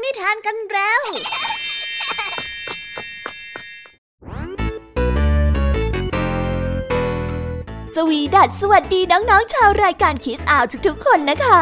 นิทานกันแล้วสวัสดีน้องๆชาวรายการคิสอาวทุกๆคนนะคะ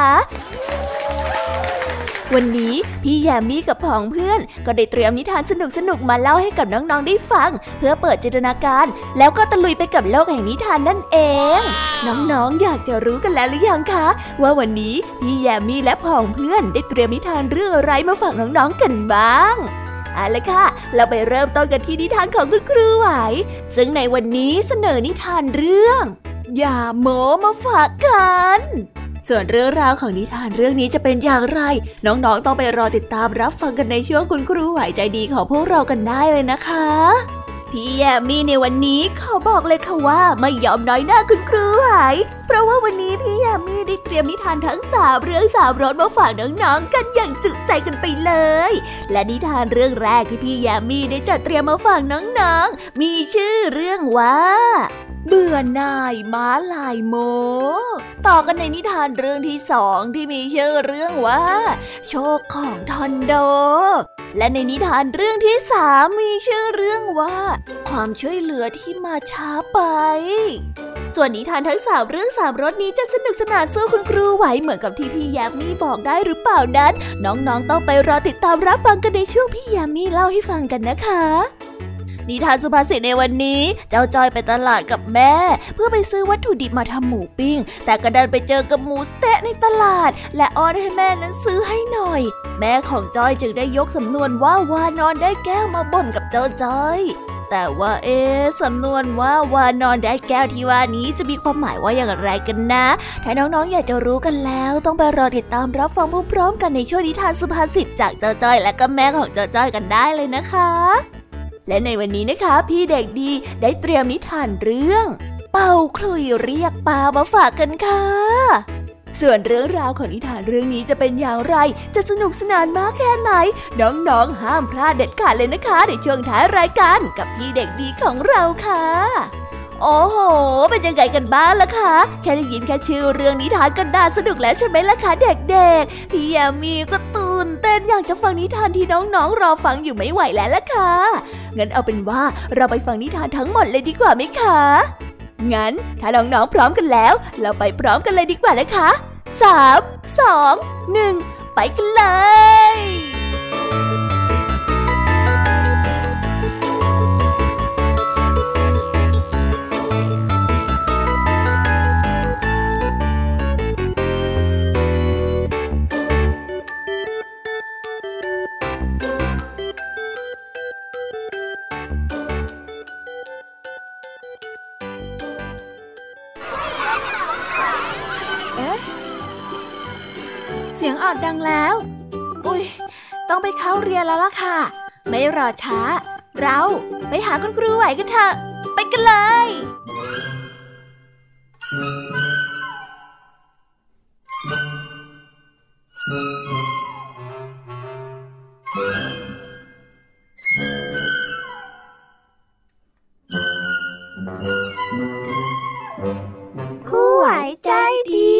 วันนี้พี่แยมมี่กับผองเพื่อนก็ได้เตรียมนิทานสนุกๆมาเล่าให้กับน้องๆได้ฟังเพื่อเปิดจินตนาการแล้วก็ตะลุยไปกับโลกแห่งนิทานนั่นเองน้องๆอยากจะรู้กันแล้วหรือยังคะว่าวันนี้พี่แยมมี่และผองเพื่อนได้เตรียมนิทานเรื่องอะไรมาฝากน้องๆกันบ้างเอาล่ะค่ะเราไปเริ่มต้นกันที่นิทานของคุณครูไหวซึ่งในวันนี้เสนอนิทานเรื่องอย่าโม้มาฝากกันส่วนเรื่องราวของนิทานเรื่องนี้จะเป็นอย่างไรน้องๆต้องไปรอติดตามรับฟังกันในช่วงคุณครูไหวใจดีของพวกเรากันได้เลยนะคะพี่แยมมี่ในวันนี้ขอบอกเลยค่ะว่าไม่ยอมน้อยหน้าคุณครูไหวเพราะว่าวันนี้พี่แยมมี่ได้เตรียมนิทานทั้ง3เรื่อง3รสมาฝากน้องๆกันอย่างจุใจกันไปเลยและนิทานเรื่องแรกที่พี่แยมมี่ได้จัดเตรียมมาฝากน้องๆมีชื่อเรื่องว่าเบื่อหน่ายม้าลายโมต่อกันในนิทานเรื่องที่2ที่มีชื่อเรื่องว่าโชคของทอนโดและในนิทานเรื่องที่3มีชื่อเรื่องว่าความช่วยเหลือที่มาช้าไปส่วนนิทานทั้ง3เรื่อง3รสนี้จะสนุกสนานสู้คุณครูไหวเหมือนกับที่พี่แยมมี่บอกได้หรือเปล่านั้นน้องๆต้องไปรอติดตามรับฟังกันในช่วงพี่แยมมี่เล่าให้ฟังกันนะคะนิทานสุภาษิตในวันนี้เจ้าจ้อยไปตลาดกับแม่เพื่อไปซื้อวัตถุดิบมาทำหมูปิ้งแต่ก็ดันไปเจอกับหมูสเต๊ะในตลาดและอ้อนให้แม่นั้นซื้อให้หน่อยแม่ของจ้อยจึงได้ยกสำนวนว่าวานอนได้แก้วมาบ่นกับเจ้าจ้อยแต่ว่าสำนวนว่าวานอนได้แก้วที่ว่านี้จะมีความหมายว่าอย่างไรกันนะถ้าน้องๆอยากจะรู้กันแล้วต้องไปรอติดตามรับฟังพร้อมๆกันในช่วงนิทานสุภาษิตจากเจ้าจ้อยและก็แม่ของเจ้าจ้อยกันได้เลยนะคะและในวันนี้นะคะพี่เด็กดีได้เตรียมนิทานเรื่องเป่าขลุ่ยเรียกปลามาฝากกันค่ะส่วนเรื่องราวของนิทานเรื่องนี้จะเป็นอย่างไรจะสนุกสนานมากแค่ไหนน้องๆห้ามพลาดเด็ดขาดเลยนะคะในช่วงท้ายรายการกับพี่เด็กดีของเราค่ะโอ้โหเป็นยังไงกันบ้างล่ะคะแค่ได้ยินแค่ชื่อเรื่องนิทานก็น่าสนุกแล้วใช่ไหมล่ะคะเด็กๆพี่แยมมี่ก็ตื่นเต้นอยากจะฟังนิทานที่น้องๆรอฟังอยู่ไม่ไหวแล้วล่ะค่ะงั้นเอาเป็นว่าเราไปฟังนิทานทั้งหมดเลยดีกว่าไหมคะงั้นถ้าน้องๆพร้อมกันแล้วเราไปพร้อมกันเลยดีกว่านะคะ3 2 1ไปกันเลยเสียงออดดังแล้วอุ๊ยต้องไปเข้าเรียนแล้วล่ะค่ะไม่รอช้าเราไปหาคุณครูไหวกันเถอะไปกันเลยครูไหวใจดี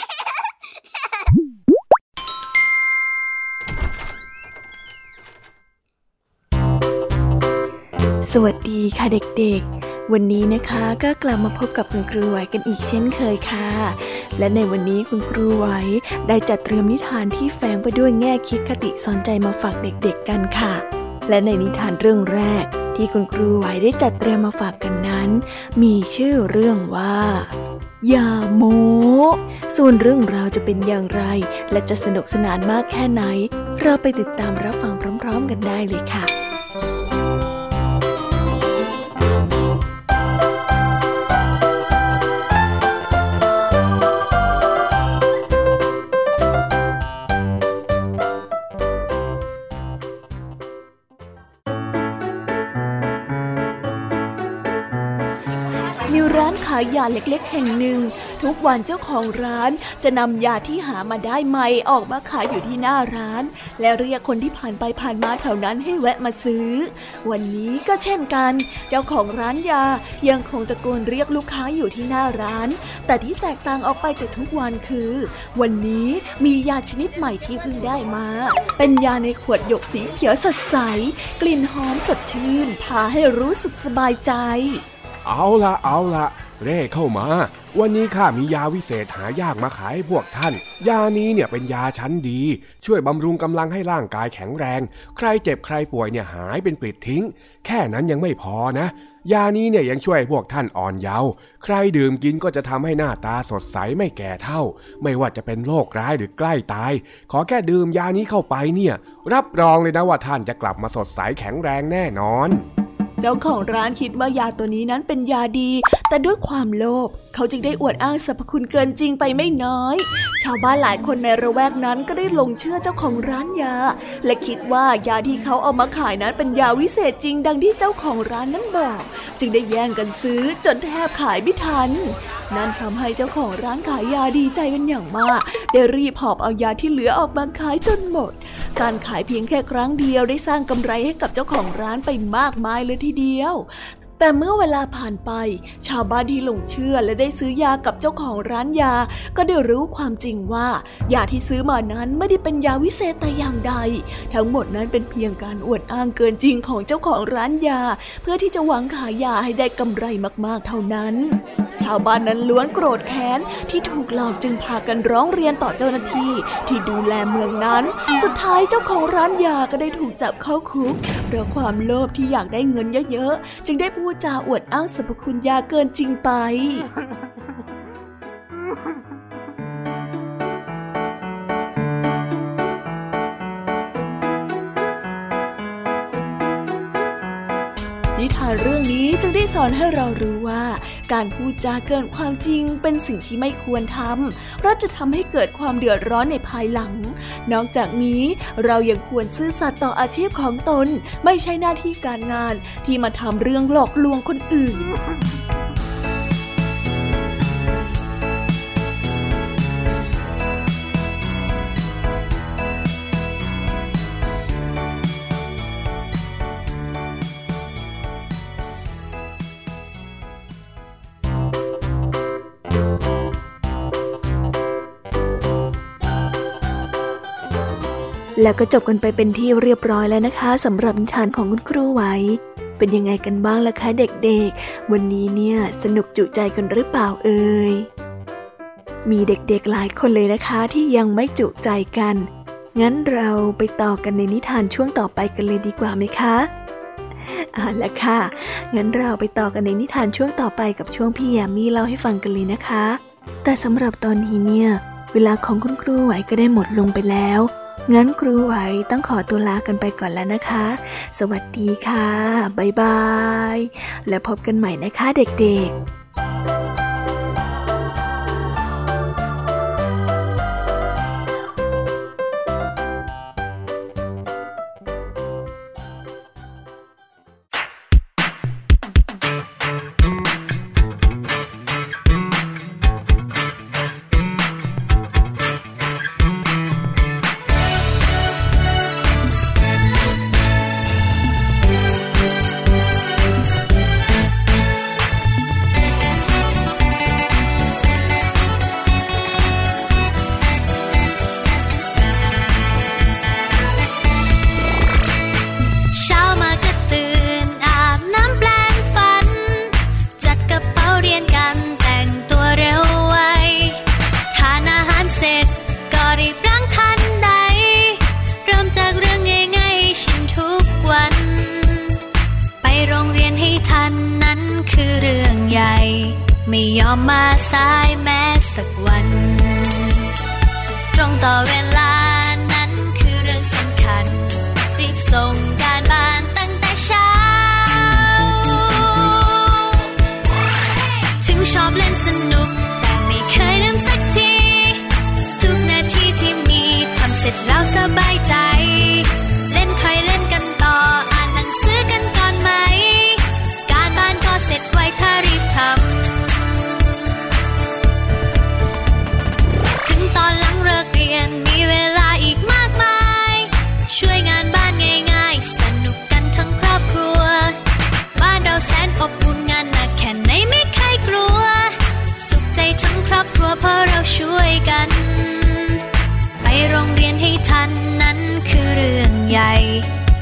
สวัสดีค่ะเด็กๆวันนี้นะคะก็กลับมาพบกับคุณครูไหวกันอีกเช่นเคยค่ะและในวันนี้คุณครูไหวได้จัดเตรียมนิทานที่แฝงไปด้วยแง่คิดคติสอนใจมาฝากเด็กๆกันค่ะและในนิทานเรื่องแรกที่คุณครูไหวได้จัดเตรียมมาฝากกันนั้นมีชื่อเรื่องว่าอย่าโม้ส่วนเรื่องราวจะเป็นอย่างไรและจะสนุกสนานมากแค่ไหนเราไปติดตามรับฟังพร้อมๆกันได้เลยค่ะมีร้านขายยาเล็กๆแห่งหนึ่งทุกวันเจ้าของร้านจะนำยาที่หามาได้ใหม่ออกมาขายอยู่ที่หน้าร้านและเรียกคนที่ผ่านไปผ่านมาแถวนั้นให้แวะมาซื้อวันนี้ก็เช่นกันเจ้าของร้านยายังคงตะโกนเรียกลูกค้าอยู่ที่หน้าร้านแต่ที่แตกต่างออกไปจากทุกวันคือวันนี้มียาชนิดใหม่ที่เพิ่งได้มาเป็นยาในขวดหยกสีเขียวสดใสกลิ่นหอมสดชื่นพาให้รู้สึกสบายใจเอาละเร่เข้ามาวันนี้ข้ามียาวิเศษหายากมาขายให้พวกท่านยานี้เนี่ยเป็นยาชั้นดีช่วยบำรุงกำลังให้ร่างกายแข็งแรงใครเจ็บใครป่วยเนี่ยหายเป็นปลิดทิ้งแค่นั้นยังไม่พอนะยานี้เนี่ยยังช่วยพวกท่านอ่อนเยาว์ใครดื่มกินก็จะทำให้หน้าตาสดใสไม่แก่เฒ่าไม่ว่าจะเป็นโรคร้ายหรือใกล้ตายขอแค่ดื่มยานี้เข้าไปเนี่ยรับรองเลยนะว่าท่านจะกลับมาสดใสแข็งแรงแน่นอนเจ้าของร้านคิดว่ายาตัวนี้นั้นเป็นยาดีแต่ด้วยความโลภเขาจึงได้อวดอ้างสรรพคุณเกินจริงไปไม่น้อยชาวบ้านหลายคนในระแวกนั้นก็ได้หลงเชื่อเจ้าของร้านยาและคิดว่ายาที่เขาเอามาขายนั้นเป็นยาวิเศษจริงดังที่เจ้าของร้านนั้นบอกจึงได้แย่งกันซื้อจนแทบขายไม่ทันนั่นทำให้เจ้าของร้านขายยาดีใจเป็นอย่างมากได้รีบหอบเอายาที่เหลือออกมาขายจนหมดการขายเพียงแค่ครั้งเดียวได้สร้างกำไรให้กับเจ้าของร้านไปมากมายเลยทีเดียวแต่เมื่อเวลาผ่านไปชาวบ้านที่หลงเชื่อและได้ซื้อยากับเจ้าของร้านยาก็ได้รู้ความจริงว่ายาที่ซื้อมานั้นไม่ได้เป็นยาวิเศษแต่อย่างใดทั้งหมดนั้นเป็นเพียงการอวดอ้างเกินจริงของเจ้าของร้านยาเพื่อที่จะหวังขายยาให้ได้กำไรมากๆเท่านั้นชาวบ้านนั้นล้วนโกรธแค้นที่ถูกหลอกจึงพากันร้องเรียนต่อเจ้าหน้าที่ที่ดูแลเมืองนั้นสุดท้ายเจ้าของร้านยาก็ได้ถูกจับเข้าคุกเพราะความโลภที่อยากได้เงินเยอะๆจึงได้พูดจาอวดอ้างสรรพคุณยาเกินจริงไปนิทานเรื่องนี้จึงได้สอนให้เรารู้ว่าการพูดจาเกินความจริงเป็นสิ่งที่ไม่ควรทำเพราะจะทำให้เกิดความเดือดร้อนในภายหลังนอกจากนี้เรายังควรซื่อสัตย์ต่ออาชีพของตนไม่ใช่หน้าที่การงานที่มาทำเรื่องหลอกลวงคนอื่นแล้วก็จบกันไปเป็นที่เรียบร้อยแล้วนะคะสำหรับนิทานของคุณครูไหวเป็นยังไงกันบ้างล่ะคะเด็กๆวันนี้เนี่ยสนุกจุใจกันหรือเปล่าเอ่ยมีเด็กๆหลายคนเลยนะคะที่ยังไม่จุใจกันงั้นเราไปต่อกันในนิทานช่วงต่อไปกันเลยดีกว่าไหมคะเอาล่ะค่ะงั้นเราไปต่อกันในนิทานช่วงต่อไปกับช่วงพี่แยมมี่เล่าให้ฟังกันเลยนะคะแต่สำหรับตอนนี้เนี่ยเวลาของคุณครูไหวก็ได้หมดลงไปแล้วงั้นครูไหวต้องขอตัวลากันไปก่อนแล้วนะคะสวัสดีค่ะบ๊ายบายและพบกันใหม่นะคะเด็กๆไม่ยอมมาสายแม้สักวันตรงต่อเวลานั้นคือเรื่องสำคัญรีบส่งการบ้านตั้งแต่เช้าถึงชอบเล่นสนุกแต่ไม่เคยลืมสักทีทุกนาทีที่มีทำเสร็จแล้วสบายใจเล่นค่อยเล่นกันต่ออ่านหนังสือกันก่อนไหมการบ้านก็เสร็จไวถ้ารีบทำ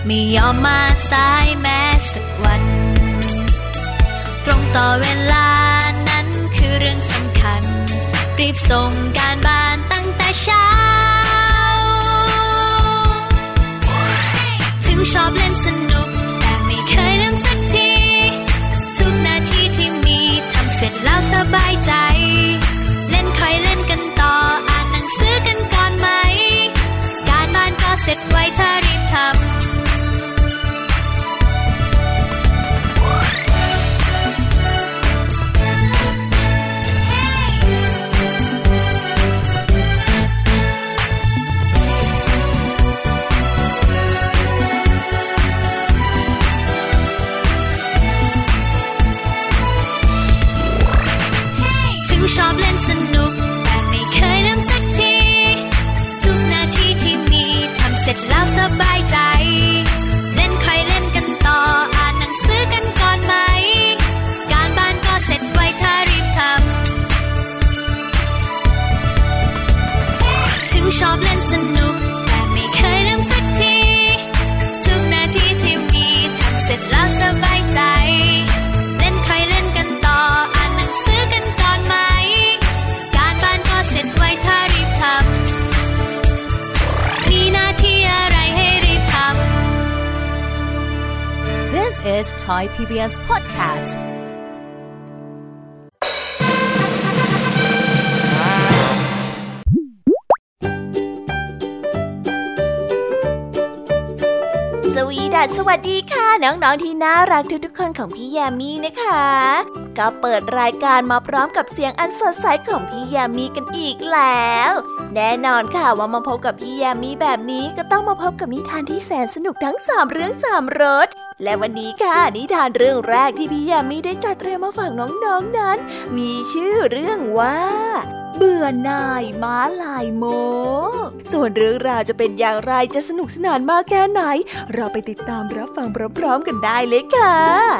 ไม่ยอมมาสายแม้สักวันตรงต่อเวลานั้นคือเรื่องสำคัญรีบส่งการบ้านตั้งแต่เช้าถึงชอบเล่นสนุกแต่ไม่เคยลืมสักทีทุกนาทีที่มีทำเสร็จแล้วสบายใจเล่นค่อยเล่นกันต่ออ่านหนังสือกันก่อนไหมการบ้านก็เสร็จไวถ้ารีบทำชอบเล่นสนุกแต่ไม่เคยลืมสักทีทุกนาทีที่มีทำเสร็จแล้วสบายใจเล่นค่อยเล่นกันต่ออ่านหนังสือกันก่อนไหมการบ้านก็เสร็จไวถ้ารีบทำถึงชอบเล่นสนุกแต่ไม่เคยลืมสักทีทุกนาทีที่มีทำเสร็จแล้วสบายใจเล่นค่อยเล่นกันต่ออ่านหนังสือกันก่อนไหมการบ้านก็เสร็จไวถ้ารีบทำมีหน้าที่อะไรให้รีบทำ This is Thai PBS Podcast สวัสดีค่ะน้องๆที่น่ารักทุกๆคนของพี่แยมมี่นะคะก็เปิดรายการมาพร้อมกับเสียงอันสดใสของพี่แยมมี่กันอีกแล้วแน่นอนค่ะว่ามาพบกับพี่แยมมี่แบบนี้ก็ต้องมาพบกับนิทานที่แสนสนุกทั้ง3เรื่อง3รสและวันนี้ค่ะนิทานเรื่องแรกที่พี่แยมมี่ได้จัดเตรียมมาฝากน้องๆนั้นมีชื่อเรื่องว่าเบื่อหน่ายม้าลายโมส่วนเรื่องราวจะเป็นอย่างไรจะสนุกสนานมากแค่ไหนเราไปติดตามรับฟังพร้อมๆกันได้เลยค่ะ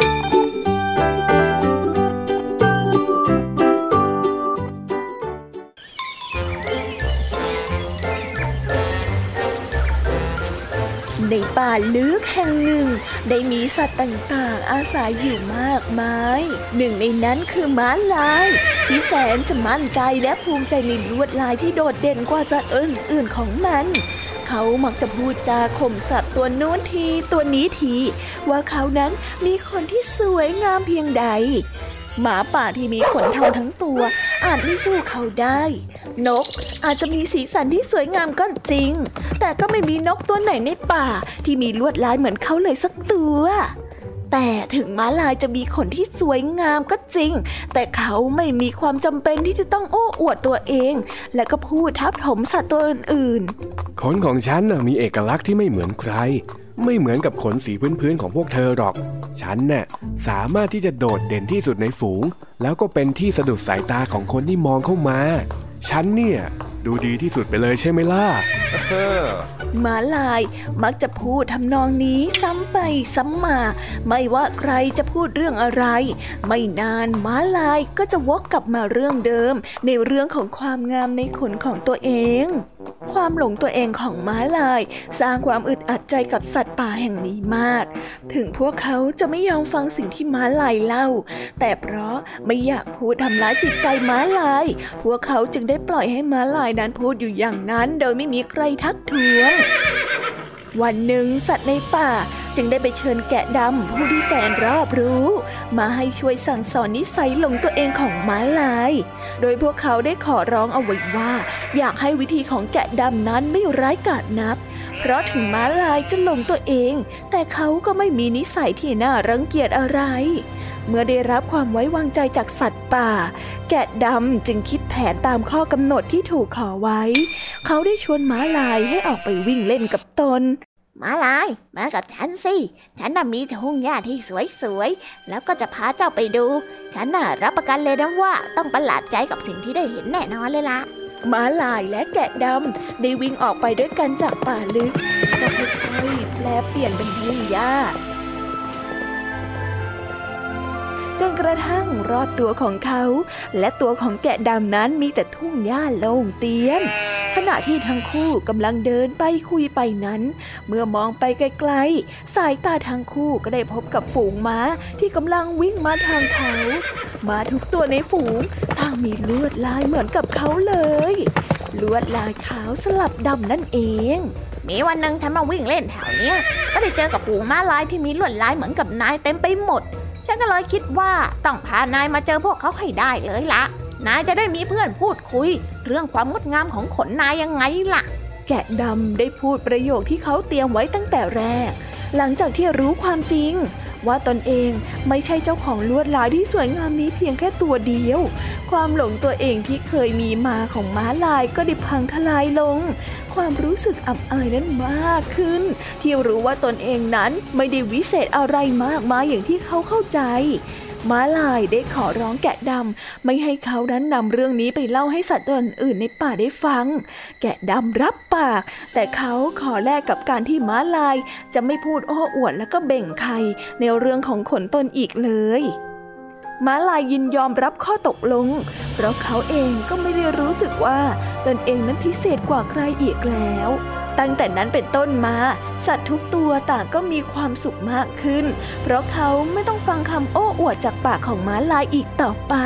ในป่าลึกแห่งหนึ่งได้มีสัตว์ต่างๆอาศัยอยู่มากมายหนึ่งในนั้นคือม้าลายที่แสนจะมั่นใจและภูมิใจในลวดลายที่โดดเด่นกว่าสัตว์อื่นๆของมันเขามักจะพูดจาข่มสัตว์ตัวนู้นทีตัวนี้ทีว่าเขานั้นมีขนที่สวยงามเพียงใดหมาป่าที่มีขนทองทั้งตัวอาจไม่สู้เขาได้นกอาจจะมีสีสันที่สวยงามก็จริงแต่ก็ไม่มีนกตัวไหนในป่าที่มีลวดลายเหมือนเขาเลยสักตัวแต่ถึงม้าลายจะมีขนที่สวยงามก็จริงแต่เขาไม่มีความจำเป็นที่จะต้องโอ้อวดตัวเองและก็พูดทับถมสัตว์ตัวอื่นๆขนของฉันมีเอกลักษณ์ที่ไม่เหมือนใครไม่เหมือนกับขนสีพื้นๆของพวกเธอหรอกฉันน่ะสามารถที่จะโดดเด่นที่สุดในฝูงแล้วก็เป็นที่สะดุดสายตาของคนที่มองเข้ามาฉันเนี่ยดูดีที่สุดไปเลยใช่ไหมล่ะม้าลายมักจะพูดทำนองนี้ซ้ำไปซ้ำมาไม่ว่าใครจะพูดเรื่องอะไรไม่นานม้าลายก็จะวกกลับมาเรื่องเดิมในเรื่องของความงามในขนของตัวเองความหลงตัวเองของม้าลายสร้างความอึดอัดใจกับสัตว์ป่าแห่งนี้มากถึงพวกเขาจะไม่ยอมฟังสิ่งที่ม้าลายเล่าแต่เพราะไม่อยากพูดทำร้ายจิตใจม้าลายพวกเขาจึงได้ปล่อยให้ม้าลายนั้นพูดอยู่อย่างนั้นโดยไม่มีใครทักท้วงวันหนึ่งสัตว์ในป่าจึงได้ไปเชิญแกะดำผู้ที่แสนรอบรู้มาให้ช่วยสั่งสอนนิสัยหลงตัวเองของม้าลายโดยพวกเขาได้ขอร้องเอาไว้ว่าอยากให้วิธีของแกะดำนั้นไม่ร้ายกาจนักเพราะถึงม้าลายจะหลงตัวเองแต่เขาก็ไม่มีนิสัยที่น่ารังเกียจอะไรเมื่อได้รับความไว้วางใจจากสัตว์ป่าแกะดำจึงคิดแผนตามข้อกำหนดที่ถูกขอไว้เขาได้ชวนม้าลายให้ออกไปวิ่งเล่นกับตนม้าลายมากับฉันสิฉันน่ะมีทุ่งหญ้าที่สวยๆแล้วก็จะพาเจ้าไปดูฉันน่ะรับประกันเลยนะว่าต้องประหลาดใจกับสิ่งที่ได้เห็นแน่นอนเลยล่ะม้าลายและแกะดำได้วิ่งออกไปด้วยกันจากป่าลึกก็ค่อยๆแปลเปลี่ยนเป็นทุ่งหญ้าจนกระทั่งรอบตัวของเขาและตัวของแกะดำนั้นมีแต่ทุ่งหญ้าโล่งเตี้ยนขณะที่ทั้งคู่กำลังเดินไปคุยไปนั้นเมื่อมองไปไกลๆสายตาทั้งคู่ก็ได้พบกับฝูงม้าที่กำลังวิ่งมาทางเขาม้าทุกตัวในฝูงต่างมีลวดลายเหมือนกับเขาเลยลวดลายขาวสลับดำนั่นเองมีวันหนึ่งฉันมาวิ่งเล่นแถวเนี้ยก็ได้เจอกับฝูงม้าลายที่มีลวดลายเหมือนกับนายเต็มไปหมดฉันก็เลยคิดว่าต้องพานายมาเจอพวกเขาให้ได้เลยละนายจะได้มีเพื่อนพูดคุยเรื่องความงดงามของขนนายยังไงล่ะแกะดำได้พูดประโยคที่เขาเตรียมไว้ตั้งแต่แรกหลังจากที่รู้ความจริงว่าตนเองไม่ใช่เจ้าของลวดลายที่สวยงามนี้เพียงแค่ตัวเดียวความหลงตัวเองที่เคยมีมาของม้าลายก็ได้พังทลายลงความรู้สึกอับอายนั้นมากขึ้นที่รู้ว่าตนเองนั้นไม่ได้วิเศษอะไรมากมายอย่างที่เขาเข้าใจม้าลายได้ขอร้องแกะดำไม่ให้เขานั้นนำเรื่องนี้ไปเล่าให้สัตว์ตัวอื่นในป่าได้ฟังแกะดำรับปากแต่เขาขอแลกกับการที่ม้าลายจะไม่พูดโอ้อวดและก็เบ่งใครในเรื่องของขนตนอีกเลยม้าลายยินยอมรับข้อตกลงเพราะเขาเองก็ไม่ได้รู้สึกว่าตนเองนั้นพิเศษกว่าใครอีกแล้วตั้งแต่นั้นเป็นต้นมาสัตว์ทุกตัวต่างก็มีความสุขมากขึ้นเพราะเขาไม่ต้องฟังคำโอ้อวดจากปากของม้าลายอีกต่อไป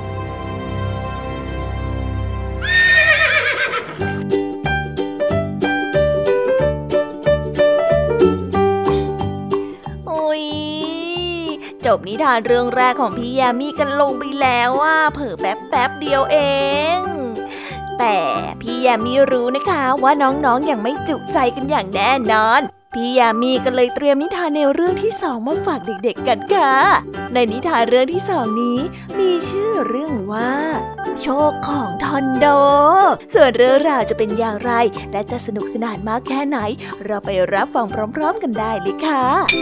จบนิทานเรื่องแรกของพี่ยามีกันลงไปแล้วเผลอแป๊บเดียวเองแต่พี่ยามีรู้นะคะว่าน้องๆยังไม่จุใจกันอย่างแน่นอนพี่ยามีก็เลยเตรียมนิทานแนวเรื่องที่2มาฝากเด็กๆกันค่ะในนิทานเรื่องที่2นี้มีชื่อเรื่องว่าโชคของทอนโดส่วนเรื่องราวจะเป็นอย่างไรและจะสนุกสนานมากแค่ไหนเราไปรับฟังพร้อมๆกันได้เลยค่ะ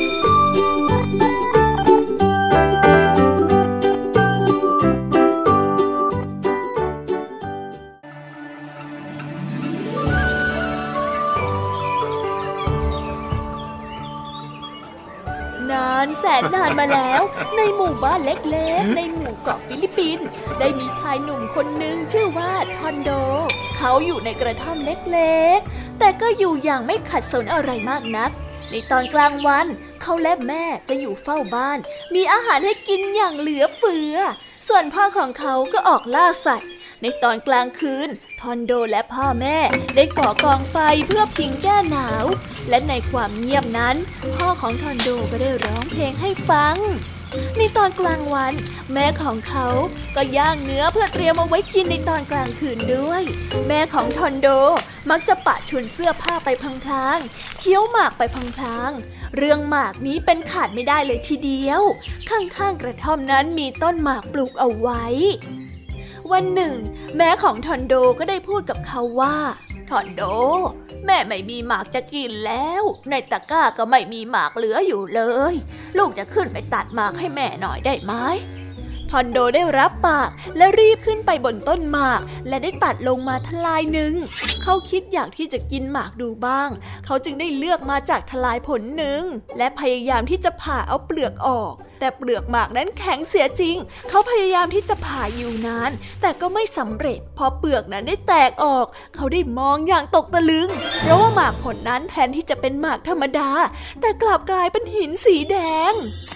แสนนานมาแล้วในหมู่บ้านเล็กๆในหมู่เกาะฟิลิปปินส์ได้มีชายหนุ่มคนหนึ่งชื่อว่าทอนโดเขาอยู่ในกระท่อมเล็กๆแต่ก็อยู่อย่างไม่ขัดสนอะไรมากนักในตอนกลางวันเขาและแม่จะอยู่เฝ้าบ้านมีอาหารให้กินอย่างเหลือเฟือส่วนพ่อของเขาก็ออกล่าสัตว์ในตอนกลางคืนทอนโดและพ่อแม่ได้ก่อกองไฟเพื่อพิงแก้หนาวและในความเงียบนั้นพ่อของทอนโดก็ได้ร้องเพลงให้ฟังในตอนกลางวันแม่ของเขาก็ย่างเนื้อเพื่อเตรียมเอาไว้กินในตอนกลางคืนด้วยแม่ของทอนโดมักจะปะชุนเสื้อผ้าไปพลางๆเคี้ยวหมากไปพลางๆเรื่องหมากนี้เป็นขาดไม่ได้เลยทีเดียวข้างๆกระท่อมนั้นมีต้นหมากปลูกเอาไว้วันหนึ่งแม่ของทอนโดก็ได้พูดกับเขาว่าทอนโดแม่ไม่มีหมากจะกินแล้วในตะกร้าก็ไม่มีหมากเหลืออยู่เลยลูกจะขึ้นไปตัดหมากให้แม่หน่อยได้ไหมทอนโดได้รับปากและรีบขึ้นไปบนต้นหมากและได้ตัดลงมาทลายหนึ่งเขาคิดอยากที่จะกินหมากดูบ้างเขาจึงได้เลือกมาจากทลายผลหนึ่งและพยายามที่จะผ่าเอาเปลือกออกแต่เปลือกหมากนั้นแข็งเสียจริงเขาพยายามที่จะผ่าอยู่นานแต่ก็ไม่สำเร็จพอเปลือกนั้นได้แตกออกเขาได้มองอย่างตกตะลึงเพราะว่าหมากผลนั้นแทนที่จะเป็นหมากธรรมดาแต่กลับกลายเป็นหินสีแดง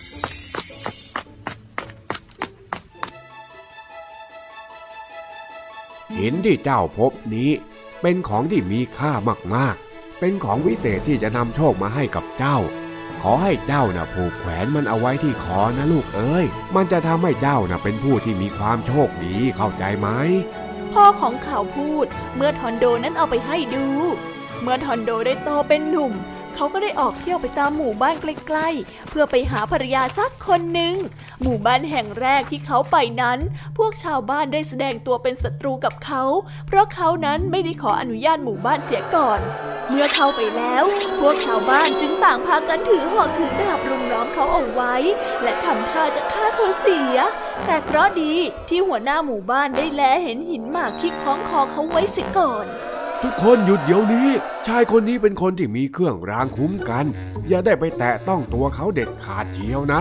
หินที่เจ้าพบนี้เป็นของที่มีค่ามากๆเป็นของวิเศษที่จะนำโชคมาให้กับเจ้าขอให้เจ้าผูกแขวนมันเอาไว้ที่คอนะลูกเอ้ยมันจะทำให้เจ้าเป็นผู้ที่มีความโชคดีเข้าใจไหมพ่อของเขาพูดเมื่อทอนโดนั้นเอาไปให้ดูเมื่อทอนโดได้โตเป็นหนุ่มเขาก็ได้ออกเที่ยวไปตามหมู่บ้านใกล้ๆเพื่อไปหาภรรยาสักคนหนึ่งหมู่บ้านแห่งแรกที่เขาไปนั้นพวกชาวบ้านได้แสดงตัวเป็นศัตรูกับเขาเพราะเขานั้นไม่ได้ขออนุญาตหมู่บ้านเสียก่อนเมื่อเข้าไปแล้วพวกชาวบ้านจึงต่างพากันถือหอกถือดาบรุมล้อมเขาเอาไว้และทำท่าจะฆ่าเขาเสียแต่เคราะห์ดีที่หัวหน้าหมู่บ้านได้แลเห็นหินหมากที่คล้องคอเขาไว้เสียก่อนทุกคนหยุดเดี๋ยวนี้ชายคนนี้เป็นคนที่มีเครื่องรางคุ้มกันอย่าได้ไปแตะต้องตัวเขาเด็ดขาดเชียวนะ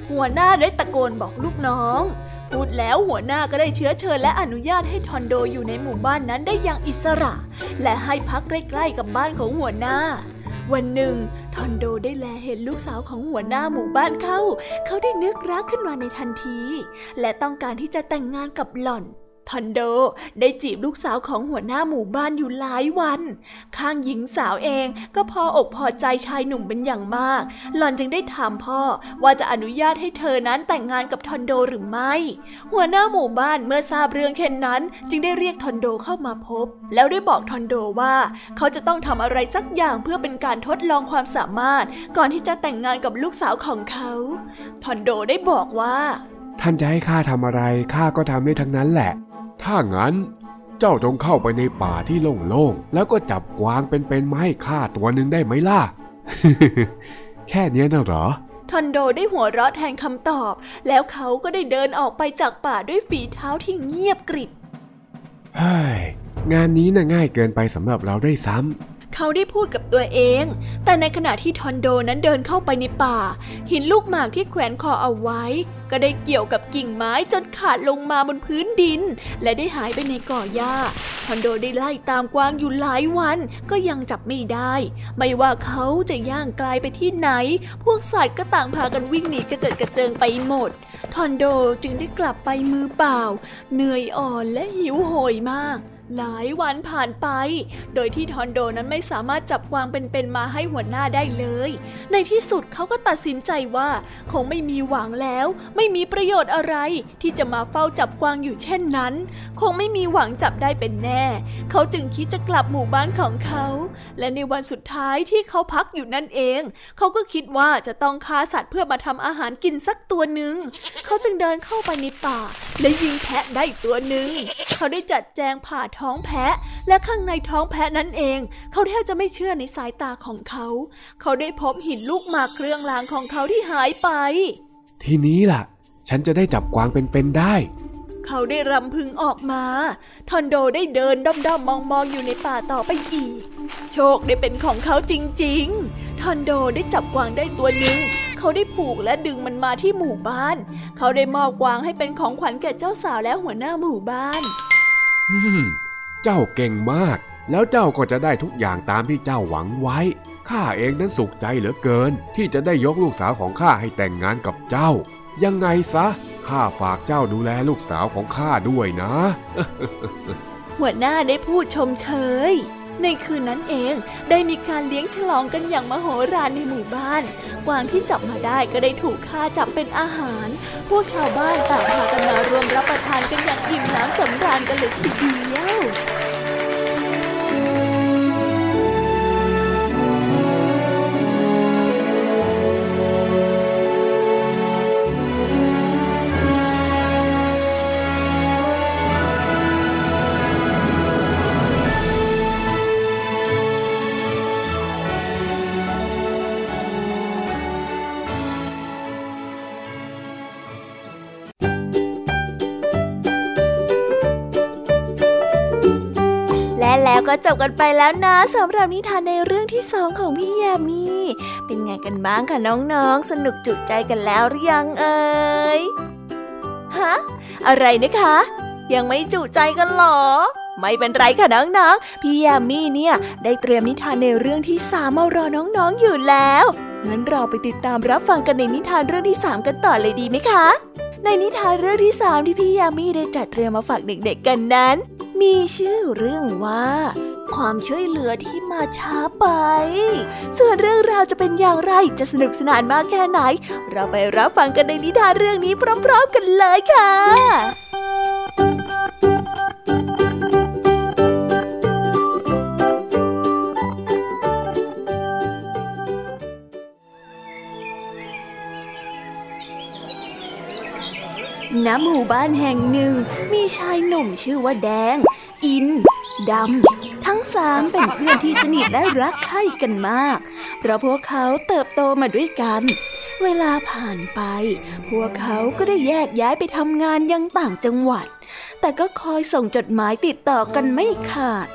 หัวหน้าได้ตะโกนบอกลูกน้องพูดแล้วหัวหน้าก็ได้เชื้อเชิญและอนุญาตให้ทอนโดอยู่ในหมู่บ้านนั้นได้อย่างอิสระและให้พักใกล้ๆกับบ้านของหัวหน้าวันหนึ่งทอนโดได้แลเห็นลูกสาวของหัวหน้าหมู่บ้านเขาได้นึกรักขึ้นมาในทันทีและต้องการที่จะแต่งงานกับหล่อนทอนโดได้จีบลูกสาวของหัวหน้าหมู่บ้านอยู่หลายวันข้างหญิงสาวเองก็พออกพอใจชายหนุ่มเป็นอย่างมากหล่อนจึงได้ถามพ่อว่าจะอนุญาตให้เธอนั้นแต่งงานกับทอนโดหรือไม่หัวหน้าหมู่บ้านเมื่อทราบเรื่องเช่นนั้นจึงได้เรียกทอนโดเข้ามาพบแล้วได้บอกทอนโดว่าเขาจะต้องทำอะไรสักอย่างเพื่อเป็นการทดลองความสามารถก่อนที่จะแต่งงานกับลูกสาวของเขาทอนโดได้บอกว่าท่านจะให้ข้าทำอะไรข้าก็ทำได้ทั้งนั้นแหละถ้างั้นเจ้าจงเข้าไปในป่าที่โล่งๆแล้วก็จับกวางเป็นๆมาให้ข้าตัวหนึ่งได้ไหมล่ะ แค่นี้น่ะเหรอทอนโดได้หัวเราะแทนคำตอบแล้วเขาก็ได้เดินออกไปจากป่าด้วยฝีเท้าที่เงียบกริบเฮ้ยงานนี้น่ะง่ายเกินไปสำหรับเราด้วยซ้ำเขาได้พูดกับตัวเองแต่ในขณะที่ทอนโดนั้นเดินเข้าไปในป่าหินลูกหมากที่แขวนคอเอาไว้ก็ได้เกี่ยวกับกิ่งไม้จนขาดลงมาบนพื้นดินและได้หายไปในก่อหญ้าทอนโดได้ไล่ตามกวางอยู่หลายวันก็ยังจับไม่ได้ไม่ว่าเขาจะย่างไกลไปที่ไหนพวกสัตว์ก็ต่างพากันวิ่งหนีกระเจิดกระเจิงไปหมดทอนโดจึงได้กลับไปมือเปล่าเหนื่อยอ่อนและหิวโหยมากหลายวันผ่านไปโดยที่ทอนโดนั้นไม่สามารถจับกวางเป็นๆมาให้หัวหน้าได้เลยในที่สุดเขาก็ตัดสินใจว่าคงไม่มีหวังแล้วไม่มีประโยชน์อะไรที่จะมาเฝ้าจับกวางอยู่เช่นนั้นคงไม่มีหวังจับได้เป็นแน่เขาจึงคิดจะกลับหมู่บ้านของเขาและในวันสุดท้ายที่เขาพักอยู่นั่นเองเขาก็คิดว่าจะต้องฆ่าสัตว์เพื่อมาทำอาหารกินสักตัวหนึ่งเขาจึงเดินเข้าไปในป่าและยิงแพะได้ตัวหนึ่งเขาได้จัดแจงผ่าท้องแพะและข้างในท้องแพะนั้นเองเขาแทบจะไม่เชื่อในสายตาของเขาได้พบหินลูกหมากเครื่องรางของเขาที่หายไปทีนี้ล่ะฉันจะได้จับกวางเป็นๆได้เขาได้รำพึงออกมาทอนโดได้เดินด้อมๆมองๆอยู่ในป่าต่อไปอีกโชคได้เป็นของเขาจริงๆทอนโดได้จับกวางได้ตัวหนึ่งเขาได้ผูกและดึงมันมาที่หมู่บ้านเขาได้มอบกวางให้เป็นของขวัญแก่เจ้าสาวและหัวหน้าหมู่บ้านเจ้าเก่งมากแล้วเจ้าก็จะได้ทุกอย่างตามที่เจ้าหวังไว้ข้าเองนั้นสุขใจเหลือเกินที่จะได้ยกลูกสาวของข้าให้แต่งงานกับเจ้ายังไงซะข้าฝากเจ้าดูแลลูกสาวของข้าด้วยนะหัวหน้าได้พูดชมเชยในคืนนั้นเองได้มีการเลี้ยงฉลองกันอย่างมโหฬารในหมู่บ้านกวางที่จับมาได้ก็ได้ถูกฆ่าจับเป็นอาหารพวกชาวบ้านต่างพากันมารวมรับประทานกันอย่างอิ่มน้ำสำราญกันเลยทีเดียวแล้วก็จบกันไปแล้วนะสำหรับนิทานในเรื่องที่2ของพี่ยามีเป็นไงกันบ้างคะน้องๆสนุกจุใจกันแล้วหรือยังเอ่ยฮะอะไรนะคะยังไม่จุใจกันหรอไม่เป็นไรค่ะน้องๆพี่ยามีเนี่ยได้เตรียมนิทานในเรื่องที่3มารอน้องๆอยู่แล้วงั้นเราไปติดตามรับฟังกันในนิทานเรื่องที่3กันต่อเลยดีไหมคะในนิทานเรื่องที่3ที่พี่ยามีได้จัดเตรียมมาฝากเด็กๆกันนั้นมีชื่อเรื่องว่าความช่วยเหลือที่มาช้าไปส่วนเรื่องราวจะเป็นอย่างไรจะสนุกสนานมากแค่ไหนเราไปรับฟังกันในนิทานเรื่องนี้พร้อมๆกันเลยค่ะ ณ หมู่บ้านแห่งหนึ่งมีชายหนุ่มชื่อว่าแดงอินดำทั้งสามเป็นเพื่อนที่สนิทและรักใคร่กันมากเพราะพวกเขาเติบโตมาด้วยกันเวลาผ่านไปพวกเขาก็ได้แยกย้ายไปทำงานยังต่างจังหวัดแต่ก็คอยส่งจดหมายติดต่อกันไม่ขาด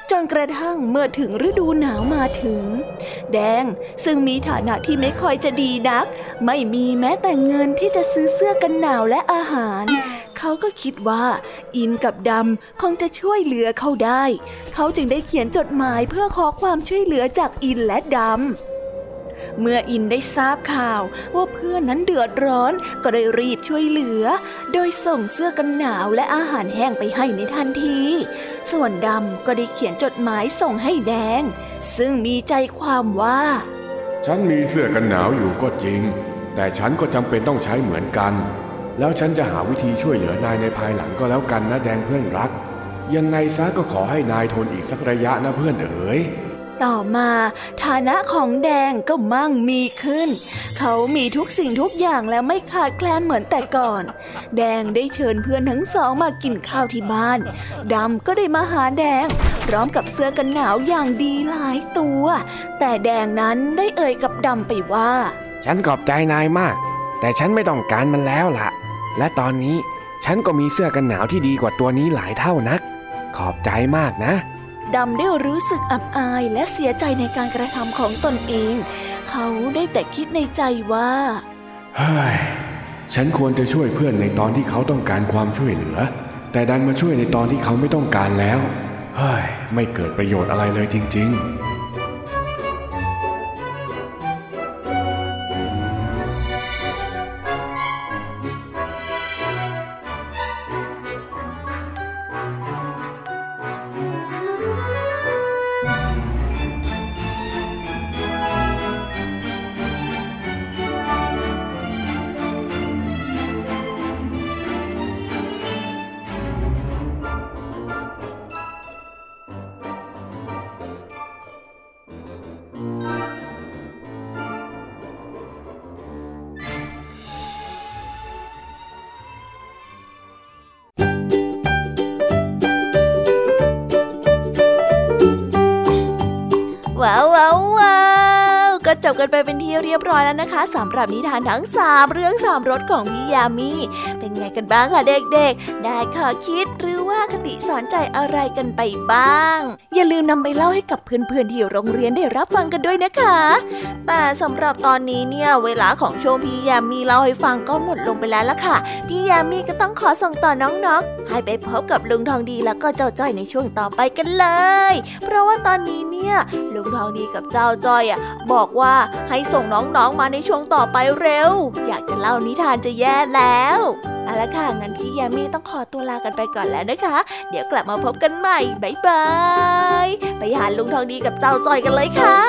จนกระทั่งเมื่อถึงฤดูหนาวมาถึงแดงซึ่งมีฐานะที่ไม่ค่อยจะดีนักไม่มีแม้แต่เงินที่จะซื้อเสื้อกันหนาวและอาหารเขาก็คิดว่าอินกับดำคงจะช่วยเหลือเขาได้เขาจึงได้เขียนจดหมายเพื่อขอความช่วยเหลือจากอินและดำเมื่ออินได้ทราบข่าวว่าเพื่อนนั้นเดือดร้อนก็ได้รีบช่วยเหลือโดยส่งเสื้อกันหนาวและอาหารแห้งไปให้ในทันทีส่วนดำก็ได้เขียนจดหมายส่งให้แดงซึ่งมีใจความว่าฉันมีเสื้อกันหนาวอยู่ก็จริงแต่ฉันก็จำเป็นต้องใช้เหมือนกันแล้วฉันจะหาวิธีช่วยเหลือนายในภายหลังก็แล้วกันนะแดงเพื่อนรักยังไงซะก็ขอให้นายทนอีกสักระยะนะเพื่อนเอ๋ยต่อมาฐานะของแดงก็มั่งมีขึ้นเขามีทุกสิ่งทุกอย่างแล้วไม่ขาดแคลนเหมือนแต่ก่อนแดงได้เชิญเพื่อนทั้งสองมากินข้าวที่บ้านดำก็ได้มาหาแดงพร้อมกับเสื้อกันหนาวอย่างดีหลายตัวแต่แดงนั้นได้เอ่ยกับดำไปว่าฉันขอบใจนายมากแต่ฉันไม่ต้องการมันแล้วล่ะและตอนนี้ฉันก็มีเสื้อกันหนาวที่ดีกว่าตัวนี้หลายเท่านักขอบใจมากนะดำได้รู้สึกอับอายและเสียใจในการกระทำของตนเองเขาได้แต่คิดในใจว่าเฮ้ยฉันควรจะช่วยเพื่อนในตอนที่เขาต้องการความช่วยเหลือแต่ดันมาช่วยในตอนที่เขาไม่ต้องการแล้วเฮ้ยไม่เกิดประโยชน์อะไรเลยจริงๆว้าวก็จบกันไปเป็นที่เรียบร้อยแล้วนะคะสำหรับนิทานทั้ง3เรื่อง3รสของพี่ยามีเป็นไงกันบ้างคะเด็กๆได้ข้อคิดหรือว่าคติสอนใจอะไรกันไปบ้างอย่าลืมนำไปเล่าให้กับเพื่อนๆที่โรงเรียนได้รับฟังกันด้วยนะคะแต่สำหรับตอนนี้เนี่ยเวลาของโชว์พี่ยามีเล่าให้ฟังก็หมดลงไปแล้วล่ะค่ะพี่ยามีก็ต้องขอส่งต่อน้องๆให้ไปพบกับลุงทองดีแล้วก็เจ้าจ้อยในช่วงต่อไปกันเลยเพราะว่าตอนนี้เนี่ยลุงทองดีกับเจ้าจ้อยบอกว่าให้ส่งน้องๆมาในช่วงต่อไปเร็วอยากจะเล่านิทานจะแย่แล้วเอาละค่ะงั้นพี่ยามีต้องขอตัวลากันไปก่อนแล้วนะคะเดี๋ยวกลับมาพบกันใหม่บ๊ายบายไปหาลุงทองดีกับเจ้าจ้อยกันเลยค่ะ